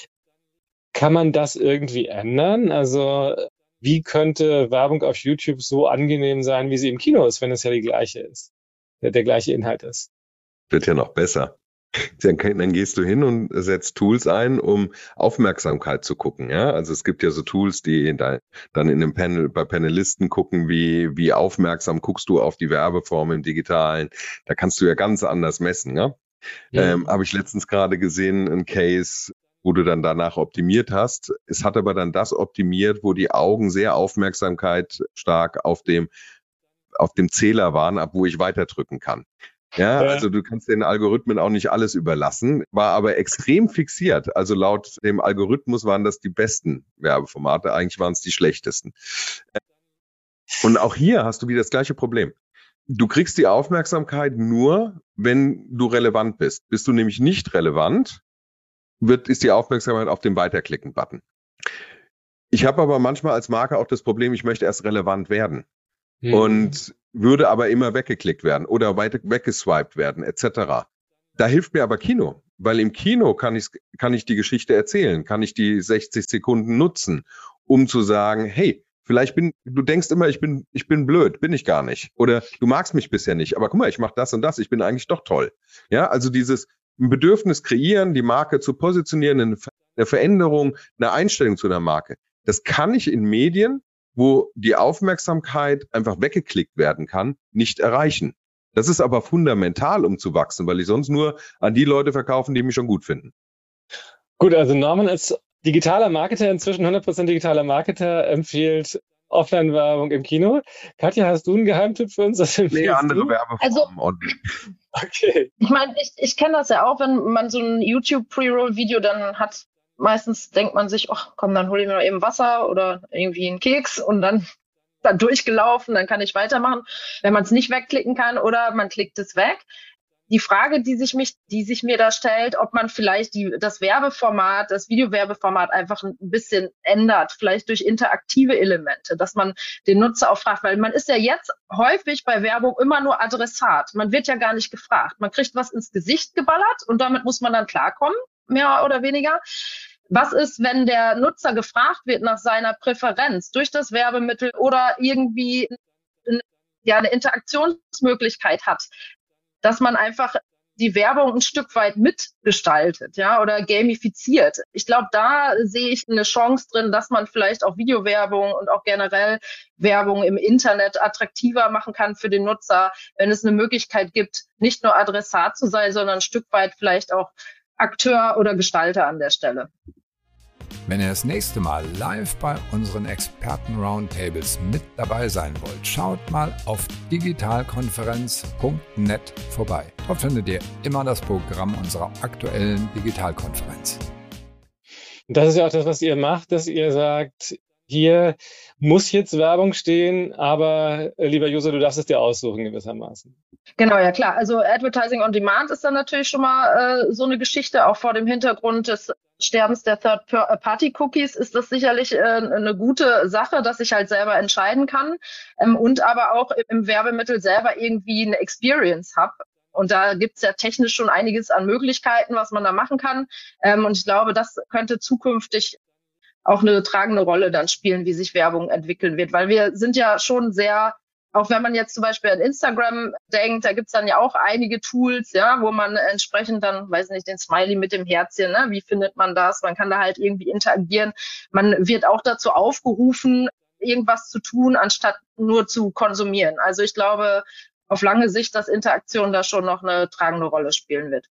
Kann man das irgendwie ändern? Also wie könnte Werbung auf YouTube so angenehm sein, wie sie im Kino ist, wenn es ja die gleiche ist, der, der gleiche Inhalt ist? Wird ja noch besser. Dann, dann gehst du hin und setzt Tools ein, um Aufmerksamkeit zu gucken. Ja, also es gibt ja so Tools, die da, dann in einem Panel bei Panelisten gucken, wie wie aufmerksam guckst du auf die Werbeform im Digitalen. Da kannst du ja ganz anders messen. Ja, ja. Ähm, habe ich letztens gerade gesehen, ein Case, wo du dann danach optimiert hast. Es hat aber dann das optimiert, wo die Augen sehr Aufmerksamkeit stark auf dem auf dem Zähler waren, ab wo ich weiterdrücken kann. Ja, also du kannst den Algorithmen auch nicht alles überlassen, war aber extrem fixiert. Also laut dem Algorithmus waren das die besten Werbeformate, eigentlich waren es die schlechtesten. Und auch hier hast du wieder das gleiche Problem. Du kriegst die Aufmerksamkeit nur, wenn du relevant bist. Bist du nämlich nicht relevant, wird, ist die Aufmerksamkeit auf dem Weiterklicken-Button. Ich habe aber manchmal als Marke auch das Problem, ich möchte erst relevant werden. Mhm. Und würde aber immer weggeklickt werden oder weiter weggeswiped werden, et cetera. Da hilft mir aber Kino, weil im Kino kann ich, kann ich die Geschichte erzählen, kann ich die sechzig Sekunden nutzen, um zu sagen, hey, vielleicht bin, du denkst immer, ich bin, ich bin blöd, bin ich gar nicht. Oder du magst mich bisher nicht, aber guck mal, ich mache das und das, ich bin eigentlich doch toll. Ja, also dieses Bedürfnis kreieren, die Marke zu positionieren, eine Veränderung, eine Einstellung zu einer Marke. Das kann ich in Medien, wo die Aufmerksamkeit einfach weggeklickt werden kann, nicht erreichen. Das ist aber fundamental, um zu wachsen, weil ich sonst nur an die Leute verkaufen, die mich schon gut finden. Gut, also Norman als digitaler Marketer, inzwischen hundert Prozent digitaler Marketer, empfiehlt Offline-Werbung im Kino. Katja, hast du einen Geheimtipp für uns? Das Nee, andere Werbeformen. Also, und okay. Ich meine, ich, ich kenne das ja auch, wenn man so ein YouTube-Pre-Roll-Video dann hat, meistens denkt man sich, ach komm, dann hole ich mir noch eben Wasser oder irgendwie einen Keks und dann, dann durchgelaufen, dann kann ich weitermachen, wenn man es nicht wegklicken kann oder man klickt es weg. Die Frage, die sich mich, die sich mir da stellt, ob man vielleicht die, das Werbeformat, das Videowerbeformat einfach ein bisschen ändert, vielleicht durch interaktive Elemente, dass man den Nutzer auch fragt, weil man ist ja jetzt häufig bei Werbung immer nur Adressat. Man wird ja gar nicht gefragt. Man kriegt was ins Gesicht geballert und damit muss man dann klarkommen, mehr oder weniger. Was ist, wenn der Nutzer gefragt wird nach seiner Präferenz durch das Werbemittel oder irgendwie ja, eine Interaktionsmöglichkeit hat, dass man einfach die Werbung ein Stück weit mitgestaltet, ja, oder gamifiziert. Ich glaube, da sehe ich eine Chance drin, dass man vielleicht auch Videowerbung und auch generell Werbung im Internet attraktiver machen kann für den Nutzer, wenn es eine Möglichkeit gibt, nicht nur Adressat zu sein, sondern ein Stück weit vielleicht auch Akteur oder Gestalter an der Stelle. Wenn ihr das nächste Mal live bei unseren Experten-Roundtables mit dabei sein wollt, schaut mal auf digitalkonferenz punkt net vorbei. Dort findet ihr immer das Programm unserer aktuellen Digitalkonferenz. Das ist ja auch das, was ihr macht, dass ihr sagt, hier muss jetzt Werbung stehen, aber äh, lieber User, du darfst es dir aussuchen gewissermaßen. Genau, ja klar. Also Advertising on Demand ist dann natürlich schon mal äh, so eine Geschichte, auch vor dem Hintergrund des Sterbens der Third-Party-Cookies ist das sicherlich äh, eine gute Sache, dass ich halt selber entscheiden kann ähm, und aber auch im Werbemittel selber irgendwie eine Experience habe. Und da gibt's ja technisch schon einiges an Möglichkeiten, was man da machen kann. Ähm, und ich glaube, das könnte zukünftig auch eine tragende Rolle dann spielen, wie sich Werbung entwickeln wird. Weil wir sind ja schon sehr, auch wenn man jetzt zum Beispiel an Instagram denkt, da gibt's dann ja auch einige Tools, ja, wo man entsprechend dann, weiß nicht, den Smiley mit dem Herzchen, ne, wie findet man das? Man kann da halt irgendwie interagieren. Man wird auch dazu aufgerufen, irgendwas zu tun, anstatt nur zu konsumieren. Also ich glaube, auf lange Sicht, dass Interaktion da schon noch eine tragende Rolle spielen wird.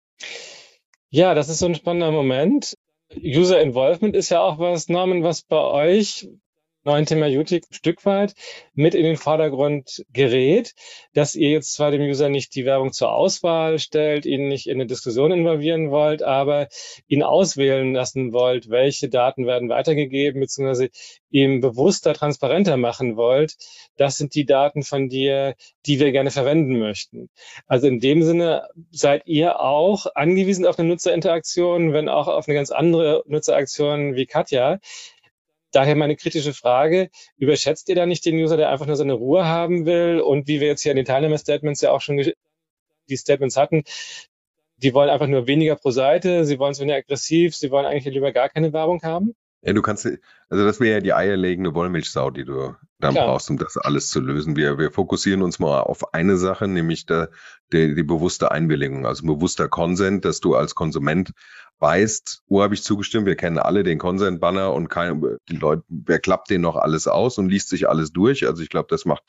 Ja, das ist so ein spannender Moment. User Involvement ist ja auch was, Norman, was bei euch, neuen Thema Utic, ein Stück weit mit in den Vordergrund gerät, dass ihr jetzt zwar dem User nicht die Werbung zur Auswahl stellt, ihn nicht in eine Diskussion involvieren wollt, aber ihn auswählen lassen wollt, welche Daten werden weitergegeben, beziehungsweise ihm bewusster, transparenter machen wollt. Das sind die Daten von dir, die wir gerne verwenden möchten. Also in dem Sinne seid ihr auch angewiesen auf eine Nutzerinteraktion, wenn auch auf eine ganz andere Nutzeraktion wie Katja. Daher meine kritische Frage, überschätzt ihr da nicht den User, der einfach nur seine Ruhe haben will? Und wie wir jetzt hier in den Teilnehmer-Statements ja auch schon die Statements hatten, die wollen einfach nur weniger pro Seite, sie wollen es weniger aggressiv, sie wollen eigentlich lieber gar keine Werbung haben? Ja, du kannst, also das wäre ja die eierlegende Wollmilchsau, die du dann Klar. brauchst, um das alles zu lösen. Wir, wir fokussieren uns mal auf eine Sache, nämlich der, der, die bewusste Einwilligung, also bewusster Consent, dass du als Konsument weißt, wo habe ich zugestimmt, wir kennen alle den Consent-Banner und keine, die Leute, wer klappt den noch alles aus und liest sich alles durch? Also ich glaube, das macht,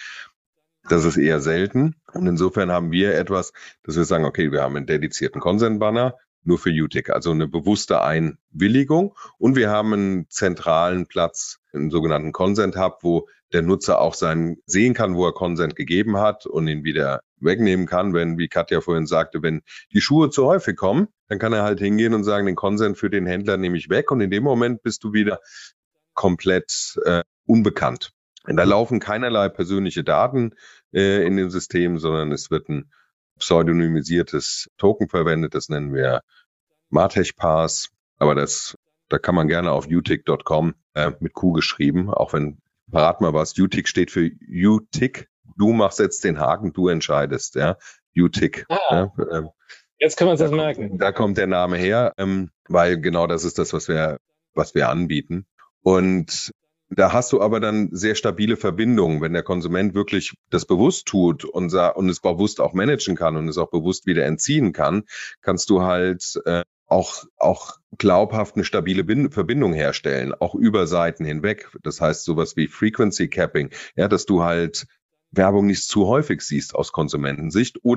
das ist eher selten. Und insofern haben wir etwas, dass wir sagen, okay, wir haben einen dedizierten Consent-Banner, nur für Utic, also eine bewusste Einwilligung. Und wir haben einen zentralen Platz, einen sogenannten Consent Hub, wo der Nutzer auch sein sehen kann, wo er Consent gegeben hat und ihn wieder wegnehmen kann, wenn, wie Katja vorhin sagte, wenn die Schuhe zu häufig kommen, dann kann er halt hingehen und sagen, den Consent für den Händler nehme ich weg und in dem Moment bist du wieder komplett äh, unbekannt. Und da laufen keinerlei persönliche Daten äh, in dem System, sondern es wird ein pseudonymisiertes Token verwendet, das nennen wir Martech Pass, aber das, da kann man gerne auf utic punkt com äh, mit Q geschrieben, auch wenn, verrat mal was, Utic steht für Utic, du machst jetzt den Haken, du entscheidest, ja, Utic. Ah, ja, äh, jetzt können wir uns das da merken. Kommt, da kommt der Name her, ähm, weil genau das ist das, was wir, was wir anbieten. Und da hast du aber dann sehr stabile Verbindungen, wenn der Konsument wirklich das bewusst tut und, und es bewusst auch managen kann und es auch bewusst wieder entziehen kann, kannst du halt äh, auch auch glaubhaft eine stabile Bin- Verbindung herstellen, auch über Seiten hinweg. Das heißt sowas wie Frequency Capping, ja, dass du halt Werbung nicht zu häufig siehst aus Konsumentensicht oder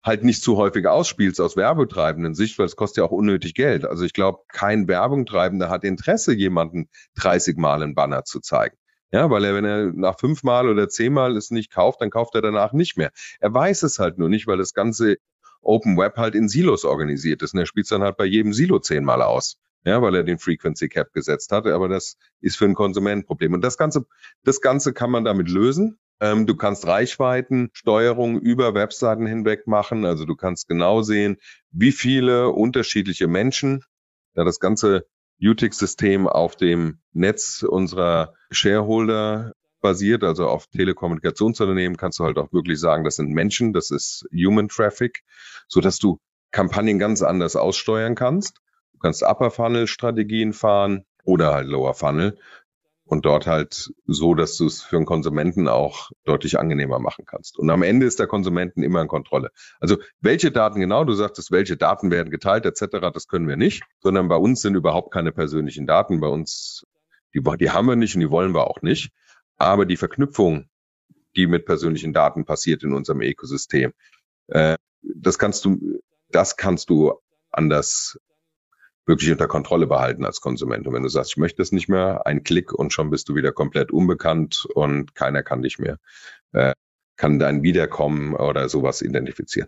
halt nicht zu häufig ausspielst aus werbetreibenden Sicht, weil es kostet ja auch unnötig Geld. Also ich glaube, kein Werbungtreibender hat Interesse, jemanden dreißig Mal einen Banner zu zeigen. Ja, weil er, wenn er nach fünfmal oder zehnmal es nicht kauft, dann kauft er danach nicht mehr. Er weiß es halt nur nicht, weil das ganze Open Web halt in Silos organisiert ist. Und er spielt es dann halt bei jedem Silo zehnmal aus. Ja, weil er den Frequency Cap gesetzt hat. Aber das ist für einen Konsumenten ein Problem. Und das Ganze, das Ganze kann man damit lösen. Ähm, du kannst Reichweitensteuerung über Webseiten hinweg machen. Also du kannst genau sehen, wie viele unterschiedliche Menschen, da das ganze U T X-System auf dem Netz unserer Shareholder basiert, also auf Telekommunikationsunternehmen, kannst du halt auch wirklich sagen, das sind Menschen, das ist Human Traffic, so dass du Kampagnen ganz anders aussteuern kannst. Du kannst Upper Funnel Strategien fahren oder halt Lower Funnel und dort halt so, dass du es für den Konsumenten auch deutlich angenehmer machen kannst. Und am Ende ist der Konsumenten immer in Kontrolle. Also welche Daten genau, du sagtest, welche Daten werden geteilt et cetera, das können wir nicht, sondern bei uns sind überhaupt keine persönlichen Daten. Bei uns, die, die haben wir nicht und die wollen wir auch nicht. Aber die Verknüpfung, die mit persönlichen Daten passiert in unserem Ökosystem, äh, das kannst du, das kannst du anders wirklich unter Kontrolle behalten als Konsument. Und wenn du sagst, ich möchte es nicht mehr, ein Klick und schon bist du wieder komplett unbekannt und keiner kann dich mehr, äh, kann dein Wiederkommen oder sowas identifizieren.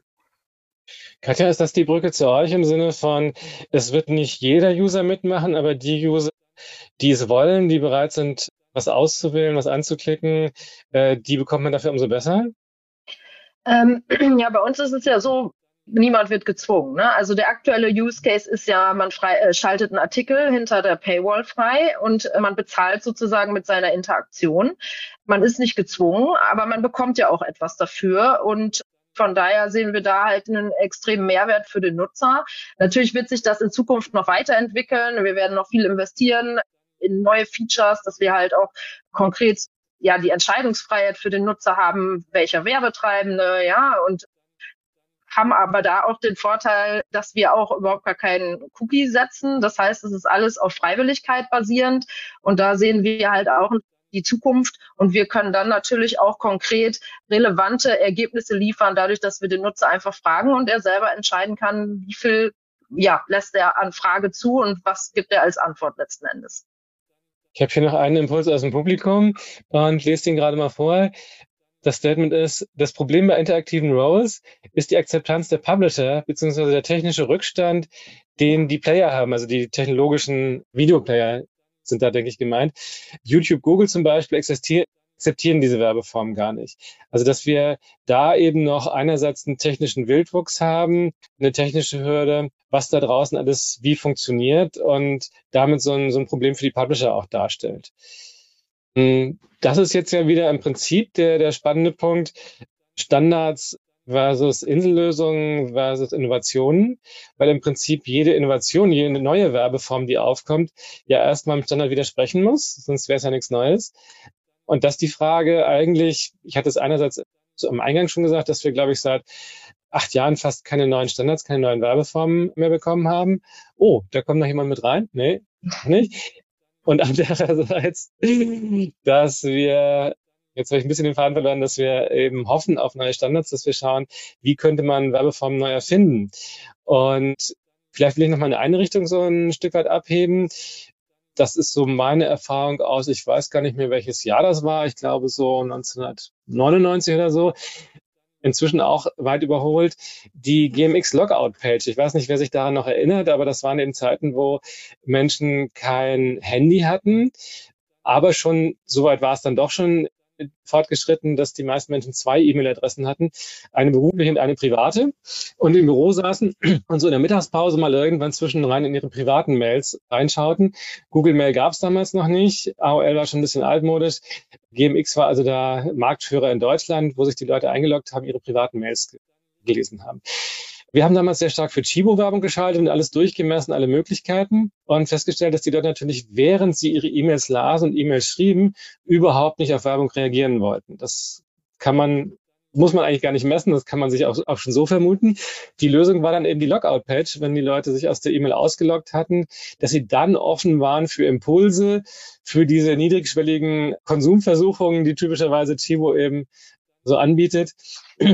Katja, ist das die Brücke zu euch im Sinne von, es wird nicht jeder User mitmachen, aber die User, die es wollen, die bereit sind, was auszuwählen, was anzuklicken, äh, die bekommt man dafür umso besser? Ähm, ja, bei uns ist es ja so, niemand wird gezwungen. Ne? Also der aktuelle Use Case ist ja, man frei, äh, schaltet einen Artikel hinter der Paywall frei und äh, man bezahlt sozusagen mit seiner Interaktion. Man ist nicht gezwungen, aber man bekommt ja auch etwas dafür und von daher sehen wir da halt einen extremen Mehrwert für den Nutzer. Natürlich wird sich das in Zukunft noch weiterentwickeln. Wir werden noch viel investieren in neue Features, dass wir halt auch konkret ja die Entscheidungsfreiheit für den Nutzer haben, welcher Werbetreibende, ja, und haben aber da auch den Vorteil, dass wir auch überhaupt gar keinen Cookie setzen. Das heißt, es ist alles auf Freiwilligkeit basierend und da sehen wir halt auch die Zukunft und wir können dann natürlich auch konkret relevante Ergebnisse liefern, dadurch, dass wir den Nutzer einfach fragen und er selber entscheiden kann, wie viel ja, lässt er an Frage zu und was gibt er als Antwort letzten Endes. Ich habe hier noch einen Impuls aus dem Publikum und lese den gerade mal vor. Das Statement ist, das Problem bei interaktiven Roles ist die Akzeptanz der Publisher bzw. der technische Rückstand, den die Player haben, also die technologischen Videoplayer sind da, denke ich, gemeint. YouTube, Google zum Beispiel existieren, akzeptieren diese Werbeformen gar nicht. Also dass wir da eben noch einerseits einen technischen Wildwuchs haben, eine technische Hürde, was da draußen alles wie funktioniert und damit so ein, so ein Problem für die Publisher auch darstellt. Das ist jetzt ja wieder im Prinzip der, der spannende Punkt. Standards versus Insellösungen versus Innovationen, weil im Prinzip jede Innovation, jede neue Werbeform, die aufkommt, ja erstmal im Standard widersprechen muss, sonst wäre es ja nichts Neues. Und dass die Frage eigentlich, ich hatte es einerseits so am Eingang schon gesagt, dass wir, glaube ich, seit acht Jahren fast keine neuen Standards, keine neuen Werbeformen mehr bekommen haben. Oh, da kommt noch jemand mit rein? Nee, nicht. Und andererseits, dass wir, jetzt habe ich ein bisschen den Faden verloren, dass wir eben hoffen auf neue Standards, dass wir schauen, wie könnte man Werbeformen neu erfinden. Und vielleicht will ich noch mal in eine Richtung so ein Stück weit abheben. Das ist so meine Erfahrung aus, ich weiß gar nicht mehr, welches Jahr das war. Ich glaube so neunzehnhundertneunundneunzig oder so. Inzwischen auch weit überholt, die G M X-Logout-Page. Ich weiß nicht, wer sich daran noch erinnert, aber das waren eben Zeiten, wo Menschen kein Handy hatten, aber schon, soweit war es dann doch schon fortgeschritten, dass die meisten Menschen zwei E-Mail-Adressen hatten, eine berufliche und eine private und im Büro saßen und so in der Mittagspause mal irgendwann zwischen rein in ihre privaten Mails reinschauten. Google Mail gab es damals noch nicht, A O L war schon ein bisschen altmodisch, G M X war also da Marktführer in Deutschland, wo sich die Leute eingeloggt haben, ihre privaten Mails gelesen haben. Wir haben damals sehr stark für Chibo-Werbung geschaltet und alles durchgemessen, alle Möglichkeiten und festgestellt, dass die Leute natürlich, während sie ihre E-Mails lasen und E-Mails schrieben, überhaupt nicht auf Werbung reagieren wollten. Das kann man, muss man eigentlich gar nicht messen, das kann man sich auch, auch schon so vermuten. Die Lösung war dann eben die Logout-Page, wenn die Leute sich aus der E-Mail ausgeloggt hatten, dass sie dann offen waren für Impulse, für diese niedrigschwelligen Konsumversuchungen, die typischerweise Chibo eben so anbietet.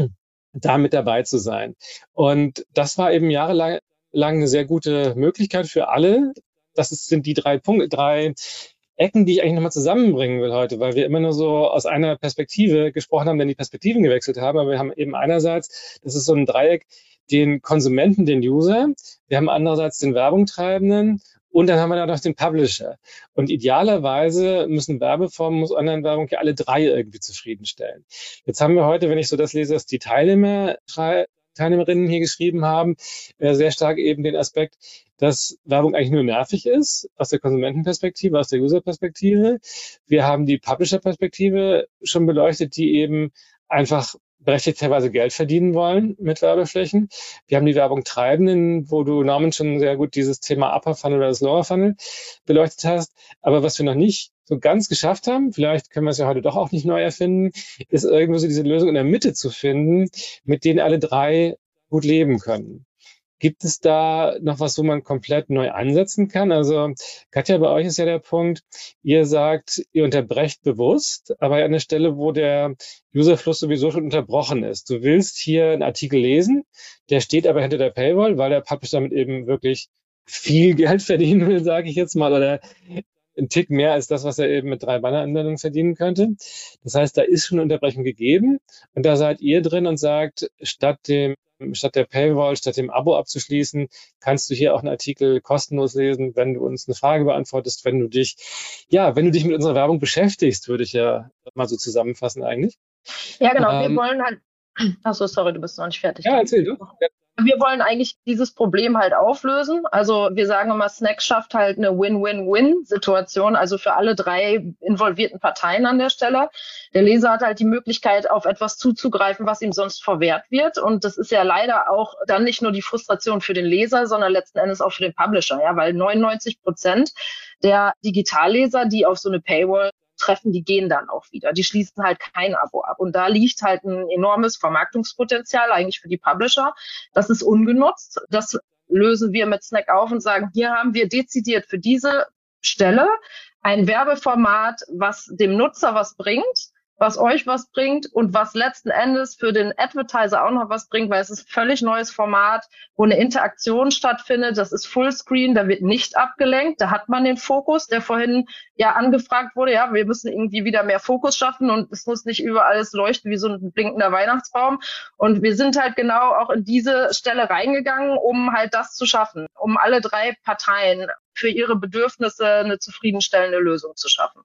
da mit dabei zu sein. Und das war eben jahrelang lang eine sehr gute Möglichkeit für alle. Das ist, sind die drei Punkte, drei Ecken, die ich eigentlich nochmal zusammenbringen will heute, weil wir immer nur so aus einer Perspektive gesprochen haben, denn die Perspektiven gewechselt haben. Aber wir haben eben einerseits, das ist so ein Dreieck, den Konsumenten, den User. Wir haben andererseits den Werbungtreibenden. Und dann haben wir da noch den Publisher. Und idealerweise müssen Werbeformen, muss Online-Werbung ja alle drei irgendwie zufriedenstellen. Jetzt haben wir heute, wenn ich so das lese, dass die Teilnehmer, Teilnehmerinnen hier geschrieben haben, sehr stark eben den Aspekt, dass Werbung eigentlich nur nervig ist, aus der Konsumentenperspektive, aus der User-Perspektive. Wir haben die Publisher-Perspektive schon beleuchtet, die eben einfach berechtigterweise Geld verdienen wollen mit Werbeflächen. Wir haben die Werbung Treibenden, wo du, Norman, schon sehr gut dieses Thema Upper Funnel versus Lower Funnel beleuchtet hast. Aber was wir noch nicht so ganz geschafft haben, vielleicht können wir es ja heute doch auch nicht neu erfinden, ist irgendwo so diese Lösung in der Mitte zu finden, mit denen alle drei gut leben können. Gibt es da noch was, wo man komplett neu ansetzen kann? Also Katja, bei euch ist ja der Punkt, ihr sagt, ihr unterbrecht bewusst, aber an der Stelle, wo der Userfluss sowieso schon unterbrochen ist. Du willst hier einen Artikel lesen, der steht aber hinter der Paywall, weil der Publisher damit eben wirklich viel Geld verdienen will, sage ich jetzt mal, oder ein Tick mehr als das, was er eben mit drei Banneranwendungen verdienen könnte. Das heißt, da ist schon eine Unterbrechung gegeben und da seid ihr drin und sagt, statt dem Statt der Paywall, statt dem Abo abzuschließen, kannst du hier auch einen Artikel kostenlos lesen, wenn du uns eine Frage beantwortest, wenn du dich, ja, wenn du dich mit unserer Werbung beschäftigst, würde ich ja mal so zusammenfassen eigentlich. Ja, genau. Ähm, wir wollen halt, achso, sorry, du bist noch nicht fertig. Ja, erzähl du. Ja. Wir wollen eigentlich dieses Problem halt auflösen. Also wir sagen immer, Snack schafft halt eine Win-Win-Win-Situation, also für alle drei involvierten Parteien an der Stelle. Der Leser hat halt die Möglichkeit, auf etwas zuzugreifen, was ihm sonst verwehrt wird. Und das ist ja leider auch dann nicht nur die Frustration für den Leser, sondern letzten Endes auch für den Publisher, ja, weil neunundneunzig Prozent der Digitalleser, die auf so eine Paywall treffen, die gehen dann auch wieder. Die schließen halt kein Abo ab. Und da liegt halt ein enormes Vermarktungspotenzial eigentlich für die Publisher. Das ist ungenutzt. Das lösen wir mit Snack auf und sagen, hier haben wir dezidiert für diese Stelle ein Werbeformat, was dem Nutzer was bringt, was euch was bringt und was letzten Endes für den Advertiser auch noch was bringt, weil es ist ein völlig neues Format, wo eine Interaktion stattfindet. Das ist Fullscreen, da wird nicht abgelenkt, da hat man den Fokus, der vorhin ja angefragt wurde. Ja, wir müssen irgendwie wieder mehr Fokus schaffen und es muss nicht überall alles leuchten wie so ein blinkender Weihnachtsbaum. Und wir sind halt genau auch in diese Stelle reingegangen, um halt das zu schaffen, um alle drei Parteien für ihre Bedürfnisse eine zufriedenstellende Lösung zu schaffen.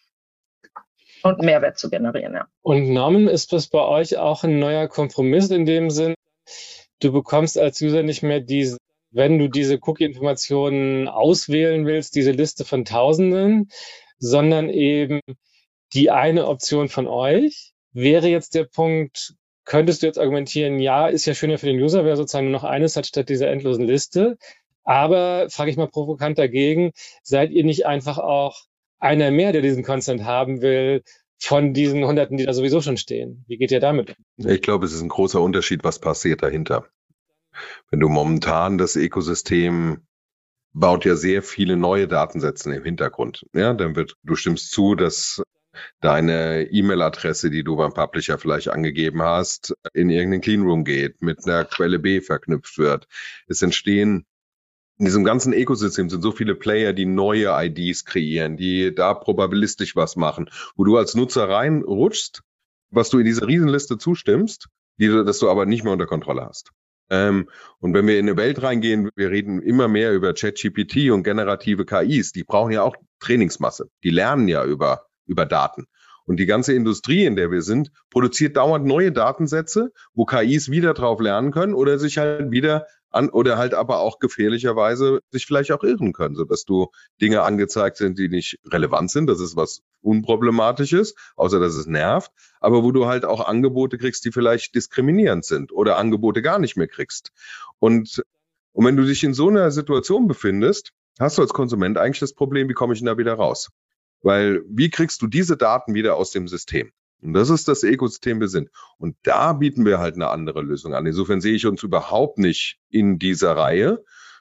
Und Mehrwert zu generieren, ja. Und Norman, ist das bei euch auch ein neuer Kompromiss in dem Sinn, du bekommst als User nicht mehr diese, wenn du diese Cookie-Informationen auswählen willst, diese Liste von Tausenden, sondern eben die eine Option von euch? Wäre jetzt der Punkt, könntest du jetzt argumentieren, ja, ist ja schöner für den User, wer sozusagen nur noch eines hat statt dieser endlosen Liste. Aber, frage ich mal provokant dagegen, seid ihr nicht einfach auch einer mehr, der diesen Content haben will, von diesen Hunderten, die da sowieso schon stehen? Wie geht ihr damit um? Ich glaube, es ist ein großer Unterschied, was passiert dahinter. Wenn du momentan das Ökosystem baut ja sehr viele neue Datensätze im Hintergrund. Ja, dann wird, du stimmst zu, dass deine E-Mail-Adresse, die du beim Publisher vielleicht angegeben hast, in irgendeinen Cleanroom geht, mit einer Quelle B verknüpft wird. Es entstehen in diesem ganzen Ökosystem sind so viele Player, die neue I Ds kreieren, die da probabilistisch was machen, wo du als Nutzer reinrutschst, was du in diese Riesenliste zustimmst, die du, dass du aber nicht mehr unter Kontrolle hast. Ähm, und wenn wir in eine Welt reingehen, wir reden immer mehr über ChatGPT und generative K Is, die brauchen ja auch Trainingsmasse. Die lernen ja über, über Daten. Und die ganze Industrie, in der wir sind, produziert dauernd neue Datensätze, wo K Is wieder drauf lernen können oder sich halt wieder an, oder halt aber auch gefährlicherweise sich vielleicht auch irren können, sodass du Dinge angezeigt sind, die nicht relevant sind. Das ist was Unproblematisches, außer dass es nervt. Aber wo du halt auch Angebote kriegst, die vielleicht diskriminierend sind oder Angebote gar nicht mehr kriegst. Und, und wenn du dich in so einer Situation befindest, hast du als Konsument eigentlich das Problem, wie komme ich denn da wieder raus? Weil wie kriegst du diese Daten wieder aus dem System? Und das ist das Ökosystem, wir sind. Und da bieten wir halt eine andere Lösung an. Insofern sehe ich uns überhaupt nicht in dieser Reihe,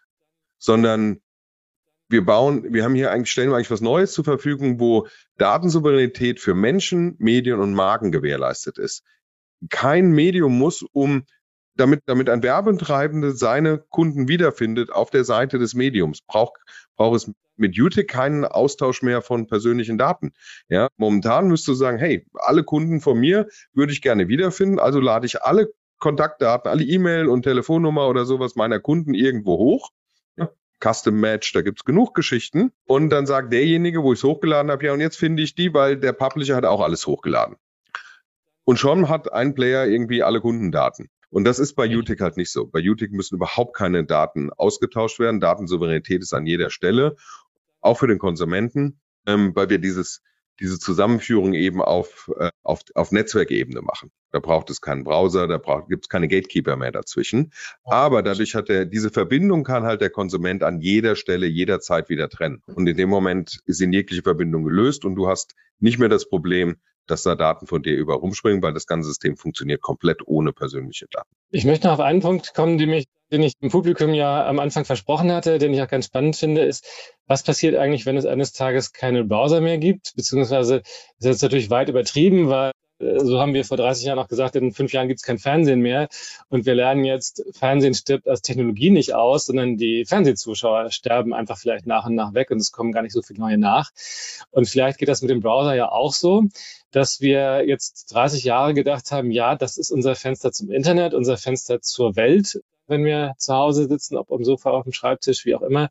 sondern wir bauen, wir haben hier eigentlich, stellen wir eigentlich was Neues zur Verfügung, wo Datensouveränität für Menschen, Medien und Marken gewährleistet ist. kein Medium muss, um damit, damit ein Werbetreibende seine Kunden wiederfindet auf der Seite des Mediums, braucht, braucht es mit Utic keinen Austausch mehr von persönlichen Daten. Ja, momentan müsst du sagen, hey, alle Kunden von mir würde ich gerne wiederfinden, also lade ich alle Kontaktdaten, alle E-Mail und Telefonnummer oder sowas meiner Kunden irgendwo hoch. Ja, Custom Match, da gibt's genug Geschichten. Und dann sagt derjenige, wo ich es hochgeladen habe, ja, und jetzt finde ich die, weil der Publisher hat auch alles hochgeladen. Und schon hat ein Player irgendwie alle Kundendaten. Und das ist bei Utic halt nicht so. Bei Utic müssen überhaupt keine Daten ausgetauscht werden. Datensouveränität ist an jeder Stelle, auch für den Konsumenten, ähm, weil wir dieses, diese Zusammenführung eben auf, äh, auf, auf Netzwerkebene machen. Da braucht es keinen Browser, da braucht, gibt es keine Gatekeeper mehr dazwischen. Aber dadurch hat er, diese Verbindung kann halt der Konsument an jeder Stelle jederzeit wieder trennen. Und in dem Moment ist in jegliche Verbindung gelöst und du hast nicht mehr das Problem, dass da Daten von dir über rumspringen, weil das ganze System funktioniert komplett ohne persönliche Daten. Ich möchte noch auf einen Punkt kommen, den ich, den ich im Publikum ja am Anfang versprochen hatte, den ich auch ganz spannend finde, ist, was passiert eigentlich, wenn es eines Tages keine Browser mehr gibt? Beziehungsweise, das ist jetzt natürlich weit übertrieben, weil so haben wir vor dreißig Jahren auch gesagt, in fünf Jahren gibt es kein Fernsehen mehr. Und wir lernen jetzt, Fernsehen stirbt als Technologie nicht aus, sondern die Fernsehzuschauer sterben einfach vielleicht nach und nach weg und es kommen gar nicht so viele neue nach. Und vielleicht geht das mit dem Browser ja auch so, dass wir jetzt dreißig Jahre gedacht haben, ja, das ist unser Fenster zum Internet, unser Fenster zur Welt, wenn wir zu Hause sitzen, ob am Sofa, auf dem Schreibtisch, wie auch immer.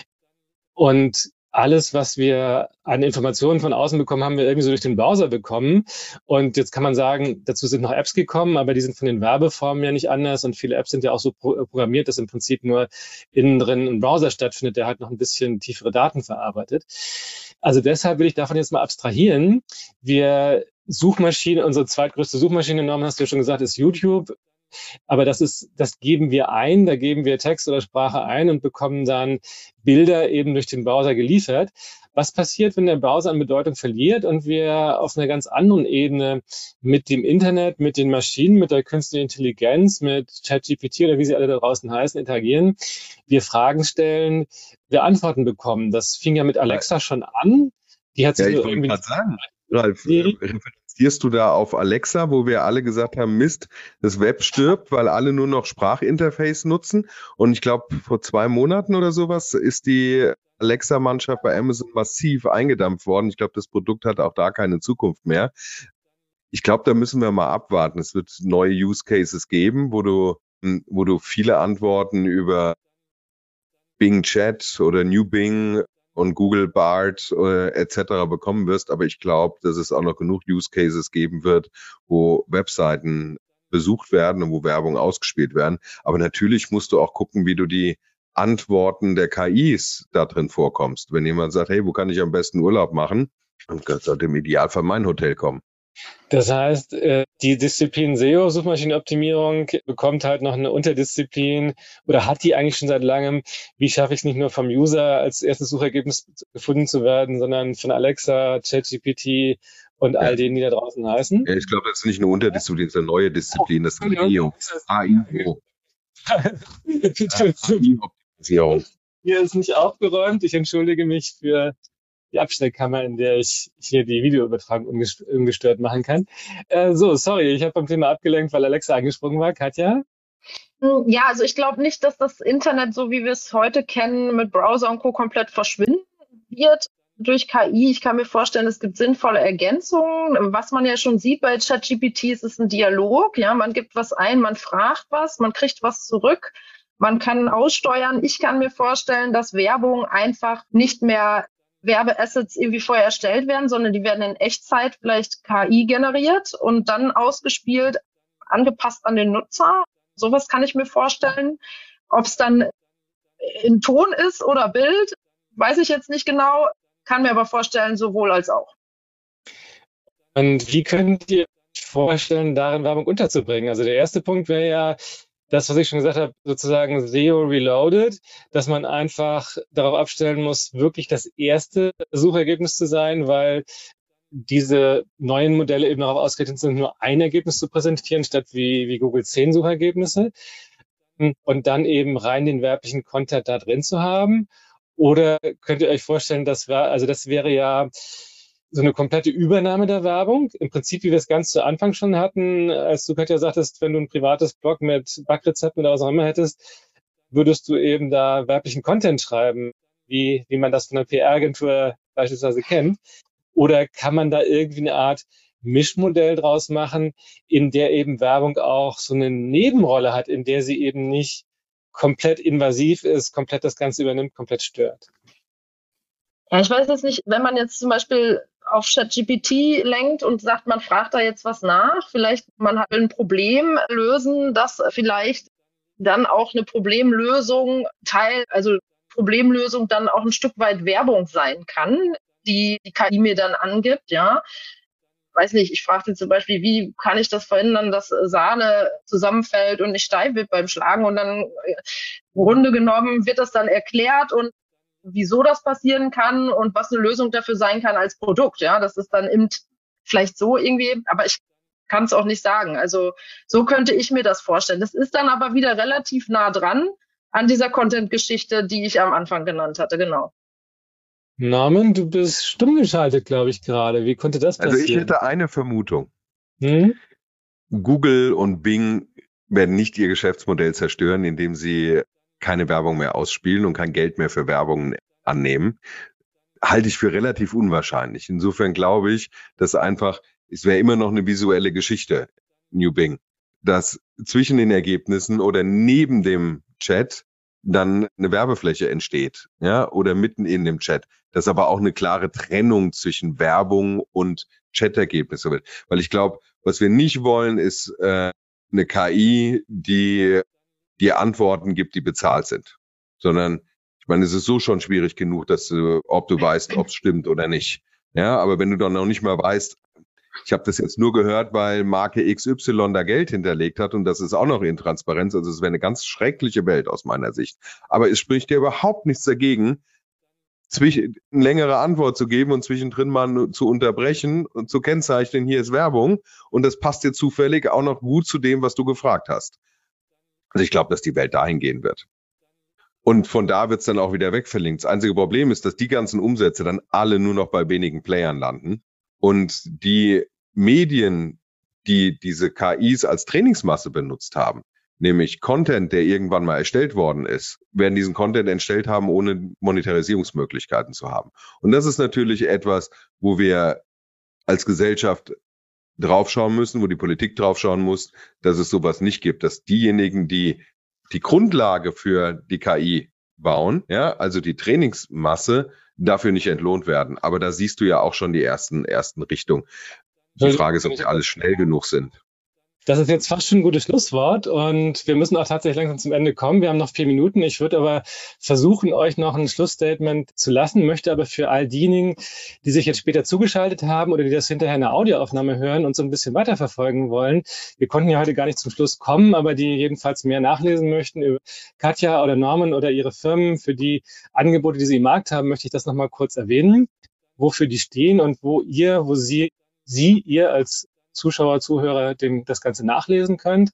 Und alles, was wir an Informationen von außen bekommen, haben wir irgendwie so durch den Browser bekommen. Und jetzt kann man sagen, dazu sind noch Apps gekommen, aber die sind von den Werbeformen ja nicht anders. Und viele Apps sind ja auch so programmiert, dass im Prinzip nur innen drin ein Browser stattfindet, der halt noch ein bisschen tiefere Daten verarbeitet. Also deshalb will ich davon jetzt mal abstrahieren. Wir Suchmaschine, unsere zweitgrößte Suchmaschine, Norman, hast du ja schon gesagt, ist YouTube. Aber das ist, das geben wir ein, da geben wir Text oder Sprache ein und bekommen dann Bilder eben durch den Browser geliefert. Was passiert, wenn der Browser an Bedeutung verliert und wir auf einer ganz anderen Ebene mit dem Internet, mit den Maschinen, mit der künstlichen Intelligenz, mit ChatGPT oder wie sie alle da draußen heißen, interagieren, wir Fragen stellen, wir Antworten bekommen. Das fing ja mit Alexa schon an. Die hat sich ja, ich so wollte irgendwie gerade sagen, Ralf, referenzierst du da auf Alexa, wo wir alle gesagt haben, Mist, das Web stirbt, weil alle nur noch Sprachinterface nutzen. Und ich glaube, vor zwei Monaten oder sowas ist die Alexa-Mannschaft bei Amazon massiv eingedampft worden. Ich glaube, das Produkt hat auch da keine Zukunft mehr. Ich glaube, da müssen wir mal abwarten. Es wird neue Use Cases geben, wo du, wo du viele Antworten über Bing Chat oder New Bing und Google Bard äh, et cetera bekommen wirst. Aber ich glaube, dass es auch noch genug Use Cases geben wird, wo Webseiten besucht werden und wo Werbung ausgespielt werden. Aber natürlich musst du auch gucken, wie du die Antworten der K Is da drin vorkommst. Wenn jemand sagt, hey, wo kann ich am besten Urlaub machen? Dann sollte im Idealfall mein Hotel kommen. Das heißt, die Disziplin S E O, Suchmaschinenoptimierung, bekommt halt noch eine Unterdisziplin oder hat die eigentlich schon seit langem. Wie schaffe ich es nicht nur vom User als erstes Suchergebnis gefunden zu werden, sondern von Alexa, ChatGPT und all ja. denen, die da draußen heißen? Ja, ich glaube, das ist nicht eine Unterdisziplin, das ist eine neue Disziplin, das ist eine A I O. A I O. Optimierung. Hier ist nicht aufgeräumt. Ich entschuldige mich für die Abstellkammer, in der ich hier die Videoübertragung ungestört machen kann. Äh, so, sorry, ich habe beim Thema abgelenkt, weil Alexa angesprungen war. Katja? Ja, also ich glaube nicht, dass das Internet, so wie wir es heute kennen, mit Browser und Co. komplett verschwinden wird durch K I. Ich kann mir vorstellen, es gibt sinnvolle Ergänzungen. Was man ja schon sieht bei ChatGPT, ist es ein Dialog. Ja, man gibt was ein, man fragt was, man kriegt was zurück. Man kann aussteuern. Ich kann mir vorstellen, dass Werbung einfach nicht mehr Werbeassets irgendwie vorher erstellt werden, sondern die werden in Echtzeit vielleicht K I generiert und dann ausgespielt, angepasst an den Nutzer. Sowas kann ich mir vorstellen. Ob es dann in Ton ist oder Bild, weiß ich jetzt nicht genau, kann mir aber vorstellen, sowohl als auch. Und wie könnt ihr euch vorstellen, darin Werbung unterzubringen? Also der erste Punkt wäre ja, das, was ich schon gesagt habe, sozusagen S E O Reloaded, dass man einfach darauf abstellen muss, wirklich das erste Suchergebnis zu sein, weil diese neuen Modelle eben darauf ausgerichtet sind, nur ein Ergebnis zu präsentieren, statt wie, wie Google zehn Suchergebnisse. Und dann eben rein den werblichen Content da drin zu haben. Oder könnt ihr euch vorstellen, das war, also das wäre ja so eine komplette Übernahme der Werbung. Im Prinzip, wie wir es ganz zu Anfang schon hatten, als du Katja sagtest, wenn du ein privates Blog mit Backrezepten oder was auch immer hättest, würdest du eben da werblichen Content schreiben, wie, wie man das von einer P R-Agentur beispielsweise kennt. Oder kann man da irgendwie eine Art Mischmodell draus machen, in der eben Werbung auch so eine Nebenrolle hat, in der sie eben nicht komplett invasiv ist, komplett das Ganze übernimmt, komplett stört? Ja, ich weiß jetzt nicht, wenn man jetzt zum Beispiel auf ChatGPT lenkt und sagt, man fragt da jetzt was nach, vielleicht man hat ein Problem lösen, das vielleicht dann auch eine Problemlösung Teil, also Problemlösung dann auch ein Stück weit Werbung sein kann, die die K I mir dann angibt, ja. Weiß nicht, ich fragte zum Beispiel, wie kann ich das verhindern, dass Sahne zusammenfällt und nicht steif wird beim Schlagen, und dann im Grunde genommen wird das dann erklärt und wieso das passieren kann und was eine Lösung dafür sein kann als Produkt. Ja, das ist dann eben vielleicht so irgendwie, aber ich kann es auch nicht sagen. Also so könnte ich mir das vorstellen. Das ist dann aber wieder relativ nah dran an dieser Content-Geschichte, die ich am Anfang genannt hatte, genau. Norman, du bist stumm geschaltet, glaube ich, gerade. Wie konnte das passieren? Also ich hätte eine Vermutung. Hm? Google und Bing werden nicht ihr Geschäftsmodell zerstören, indem sie keine Werbung mehr ausspielen und kein Geld mehr für Werbung annehmen. Halte ich für relativ unwahrscheinlich. Insofern glaube ich, dass einfach, es wäre immer noch eine visuelle Geschichte, New Bing, dass zwischen den Ergebnissen oder neben dem Chat dann eine Werbefläche entsteht, ja, oder mitten in dem Chat, dass aber auch eine klare Trennung zwischen Werbung und Chat-Ergebnisse wird. Weil ich glaube, was wir nicht wollen, ist äh, eine K I, die die Antworten gibt, die bezahlt sind, sondern ich meine, es ist so schon schwierig genug, dass du, ob du weißt, ob es stimmt oder nicht. Ja, aber wenn du dann noch nicht mal weißt, ich habe das jetzt nur gehört, weil Marke X Y da Geld hinterlegt hat und das ist auch noch Intransparenz, also es wäre eine ganz schreckliche Welt aus meiner Sicht. Aber es spricht dir überhaupt nichts dagegen, zwischen, eine längere Antwort zu geben und zwischendrin mal zu unterbrechen und zu kennzeichnen, hier ist Werbung und das passt dir zufällig auch noch gut zu dem, was du gefragt hast. Also ich glaube, dass die Welt dahin gehen wird. Und von da wird es dann auch wieder wegverlinkt. Das einzige Problem ist, dass die ganzen Umsätze dann alle nur noch bei wenigen Playern landen. Und die Medien, die diese K Is als Trainingsmasse benutzt haben, nämlich Content, der irgendwann mal erstellt worden ist, werden diesen Content erstellt haben, ohne Monetarisierungsmöglichkeiten zu haben. Und das ist natürlich etwas, wo wir als Gesellschaft draufschauen müssen, wo die Politik draufschauen muss, dass es sowas nicht gibt, dass diejenigen, die die Grundlage für die K I bauen, ja, also die Trainingsmasse, dafür nicht entlohnt werden. Aber da siehst du ja auch schon die ersten, ersten Richtungen. Die Frage ist, ob die alles schnell genug sind. Das ist jetzt fast schon ein gutes Schlusswort und wir müssen auch tatsächlich langsam zum Ende kommen. Wir haben noch vier Minuten. Ich würde aber versuchen, euch noch ein Schlussstatement zu lassen, möchte aber für all diejenigen, die sich jetzt später zugeschaltet haben oder die das hinterher in der Audioaufnahme hören und so ein bisschen weiterverfolgen wollen. Wir konnten ja heute gar nicht zum Schluss kommen, aber die jedenfalls mehr nachlesen möchten über Katja oder Norman oder ihre Firmen, für die Angebote, die sie im Markt haben, möchte ich das nochmal kurz erwähnen, wofür die stehen und wo ihr, wo sie, sie, ihr als Zuschauer, Zuhörer dem, das Ganze nachlesen könnt.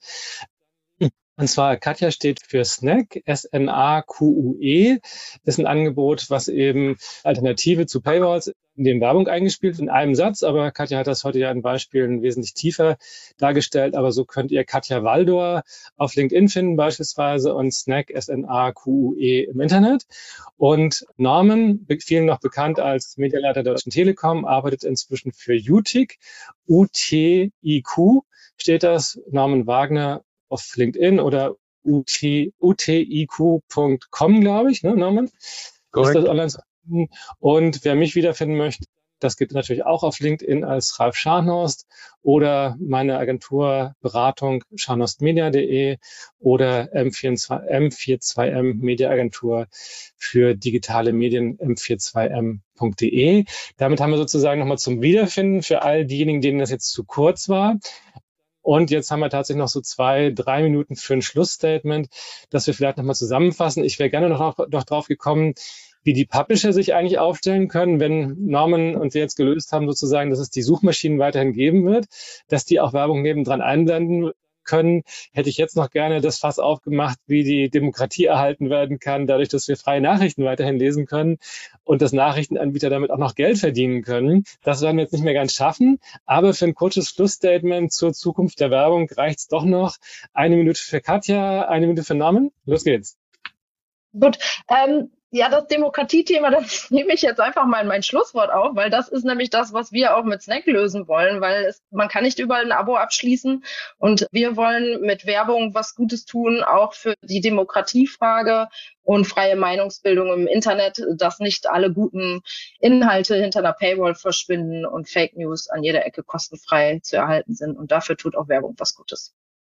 Und zwar Katja steht für Snack, S N A Q U E. Das ist ein Angebot, was eben Alternative zu Paywalls in den Werbung eingespielt in einem Satz. Aber Katja hat das heute ja in Beispielen wesentlich tiefer dargestellt. Aber so könnt ihr Katja Waldor auf LinkedIn finden beispielsweise und Snack, S N A Q U E im Internet. Und Norman, vielen noch bekannt als Medialeiter der Deutschen Telekom, arbeitet inzwischen für U T I Q. U T I Q steht das, Norman Wagner auf LinkedIn oder U T I Q Punkt com, glaube ich, ne, Norman? Korrekt. Ist das online? Und wer mich wiederfinden möchte, das gibt natürlich auch auf LinkedIn als Ralf Scharnhorst oder meine Agentur Beratung scharnhorstmedia punkt de oder M vierundzwanzig M Mediaagentur für digitale Medien M zweiundvierzig M Punkt de. Damit haben wir sozusagen nochmal zum Wiederfinden für all diejenigen, denen das jetzt zu kurz war. Und jetzt haben wir tatsächlich noch so zwei, drei Minuten für ein Schlussstatement, das wir vielleicht nochmal zusammenfassen. Ich wäre gerne noch, noch drauf gekommen, wie die Publisher sich eigentlich aufstellen können, wenn Norman und wir jetzt gelöst haben, sozusagen, dass es die Suchmaschinen weiterhin geben wird, dass die auch Werbung nebendran einblenden können, hätte ich jetzt noch gerne das Fass aufgemacht, wie die Demokratie erhalten werden kann, dadurch, dass wir freie Nachrichten weiterhin lesen können und dass Nachrichtenanbieter damit auch noch Geld verdienen können. Das werden wir jetzt nicht mehr ganz schaffen, aber für ein kurzes Schlussstatement zur Zukunft der Werbung reicht es doch noch. Eine Minute für Katja, eine Minute für Norman. Los geht's. Gut, ähm, ja, das Demokratiethema, das nehme ich jetzt einfach mal in mein Schlusswort auf, weil das ist nämlich das, was wir auch mit Snack lösen wollen, weil es, man kann nicht überall ein Abo abschließen und wir wollen mit Werbung was Gutes tun, auch für die Demokratiefrage und freie Meinungsbildung im Internet, dass nicht alle guten Inhalte hinter einer Paywall verschwinden und Fake News an jeder Ecke kostenfrei zu erhalten sind und dafür tut auch Werbung was Gutes.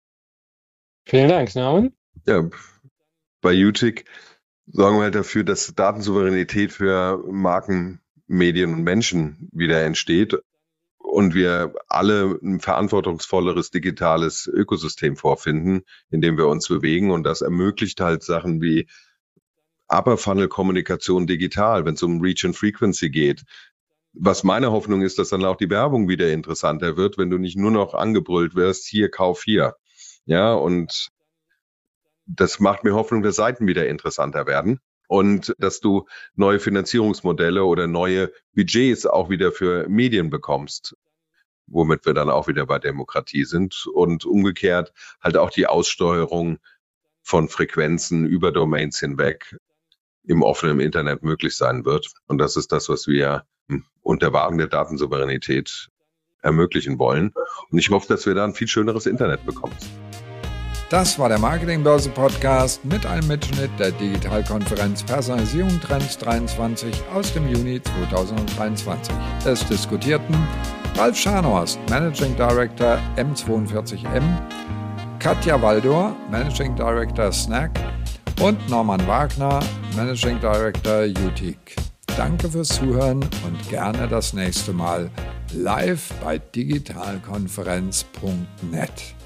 Vielen Dank, Norman. Ja, bei Utic sorgen wir halt dafür, dass Datensouveränität für Marken, Medien und Menschen wieder entsteht und wir alle ein verantwortungsvolleres digitales Ökosystem vorfinden, in dem wir uns bewegen. Und das ermöglicht halt Sachen wie Upper-Funnel-Kommunikation digital, wenn es um Reach and Frequency geht. Was meine Hoffnung ist, dass dann auch die Werbung wieder interessanter wird, wenn du nicht nur noch angebrüllt wirst, hier, kauf hier. Ja, und das macht mir Hoffnung, dass Seiten wieder interessanter werden und dass du neue Finanzierungsmodelle oder neue Budgets auch wieder für Medien bekommst, womit wir dann auch wieder bei Demokratie sind und umgekehrt halt auch die Aussteuerung von Frequenzen über Domains hinweg im offenen Internet möglich sein wird. Und das ist das, was wir unter Wahrung der Datensouveränität ermöglichen wollen. Und ich hoffe, dass wir da ein viel schöneres Internet bekommen. Das war der Marketingbörse-Podcast mit einem Mitschnitt der Digitalkonferenz Personalisierung Trends dreiundzwanzig aus dem Juni zweitausenddreiundzwanzig. Es diskutierten Ralf Scharnhorst, Managing Director M zweiundvierzig M, Katja Waldor, Managing Director Snack und Norman Wagner, Managing Director Utic. Danke fürs Zuhören und gerne das nächste Mal live bei digitalkonferenz punkt net.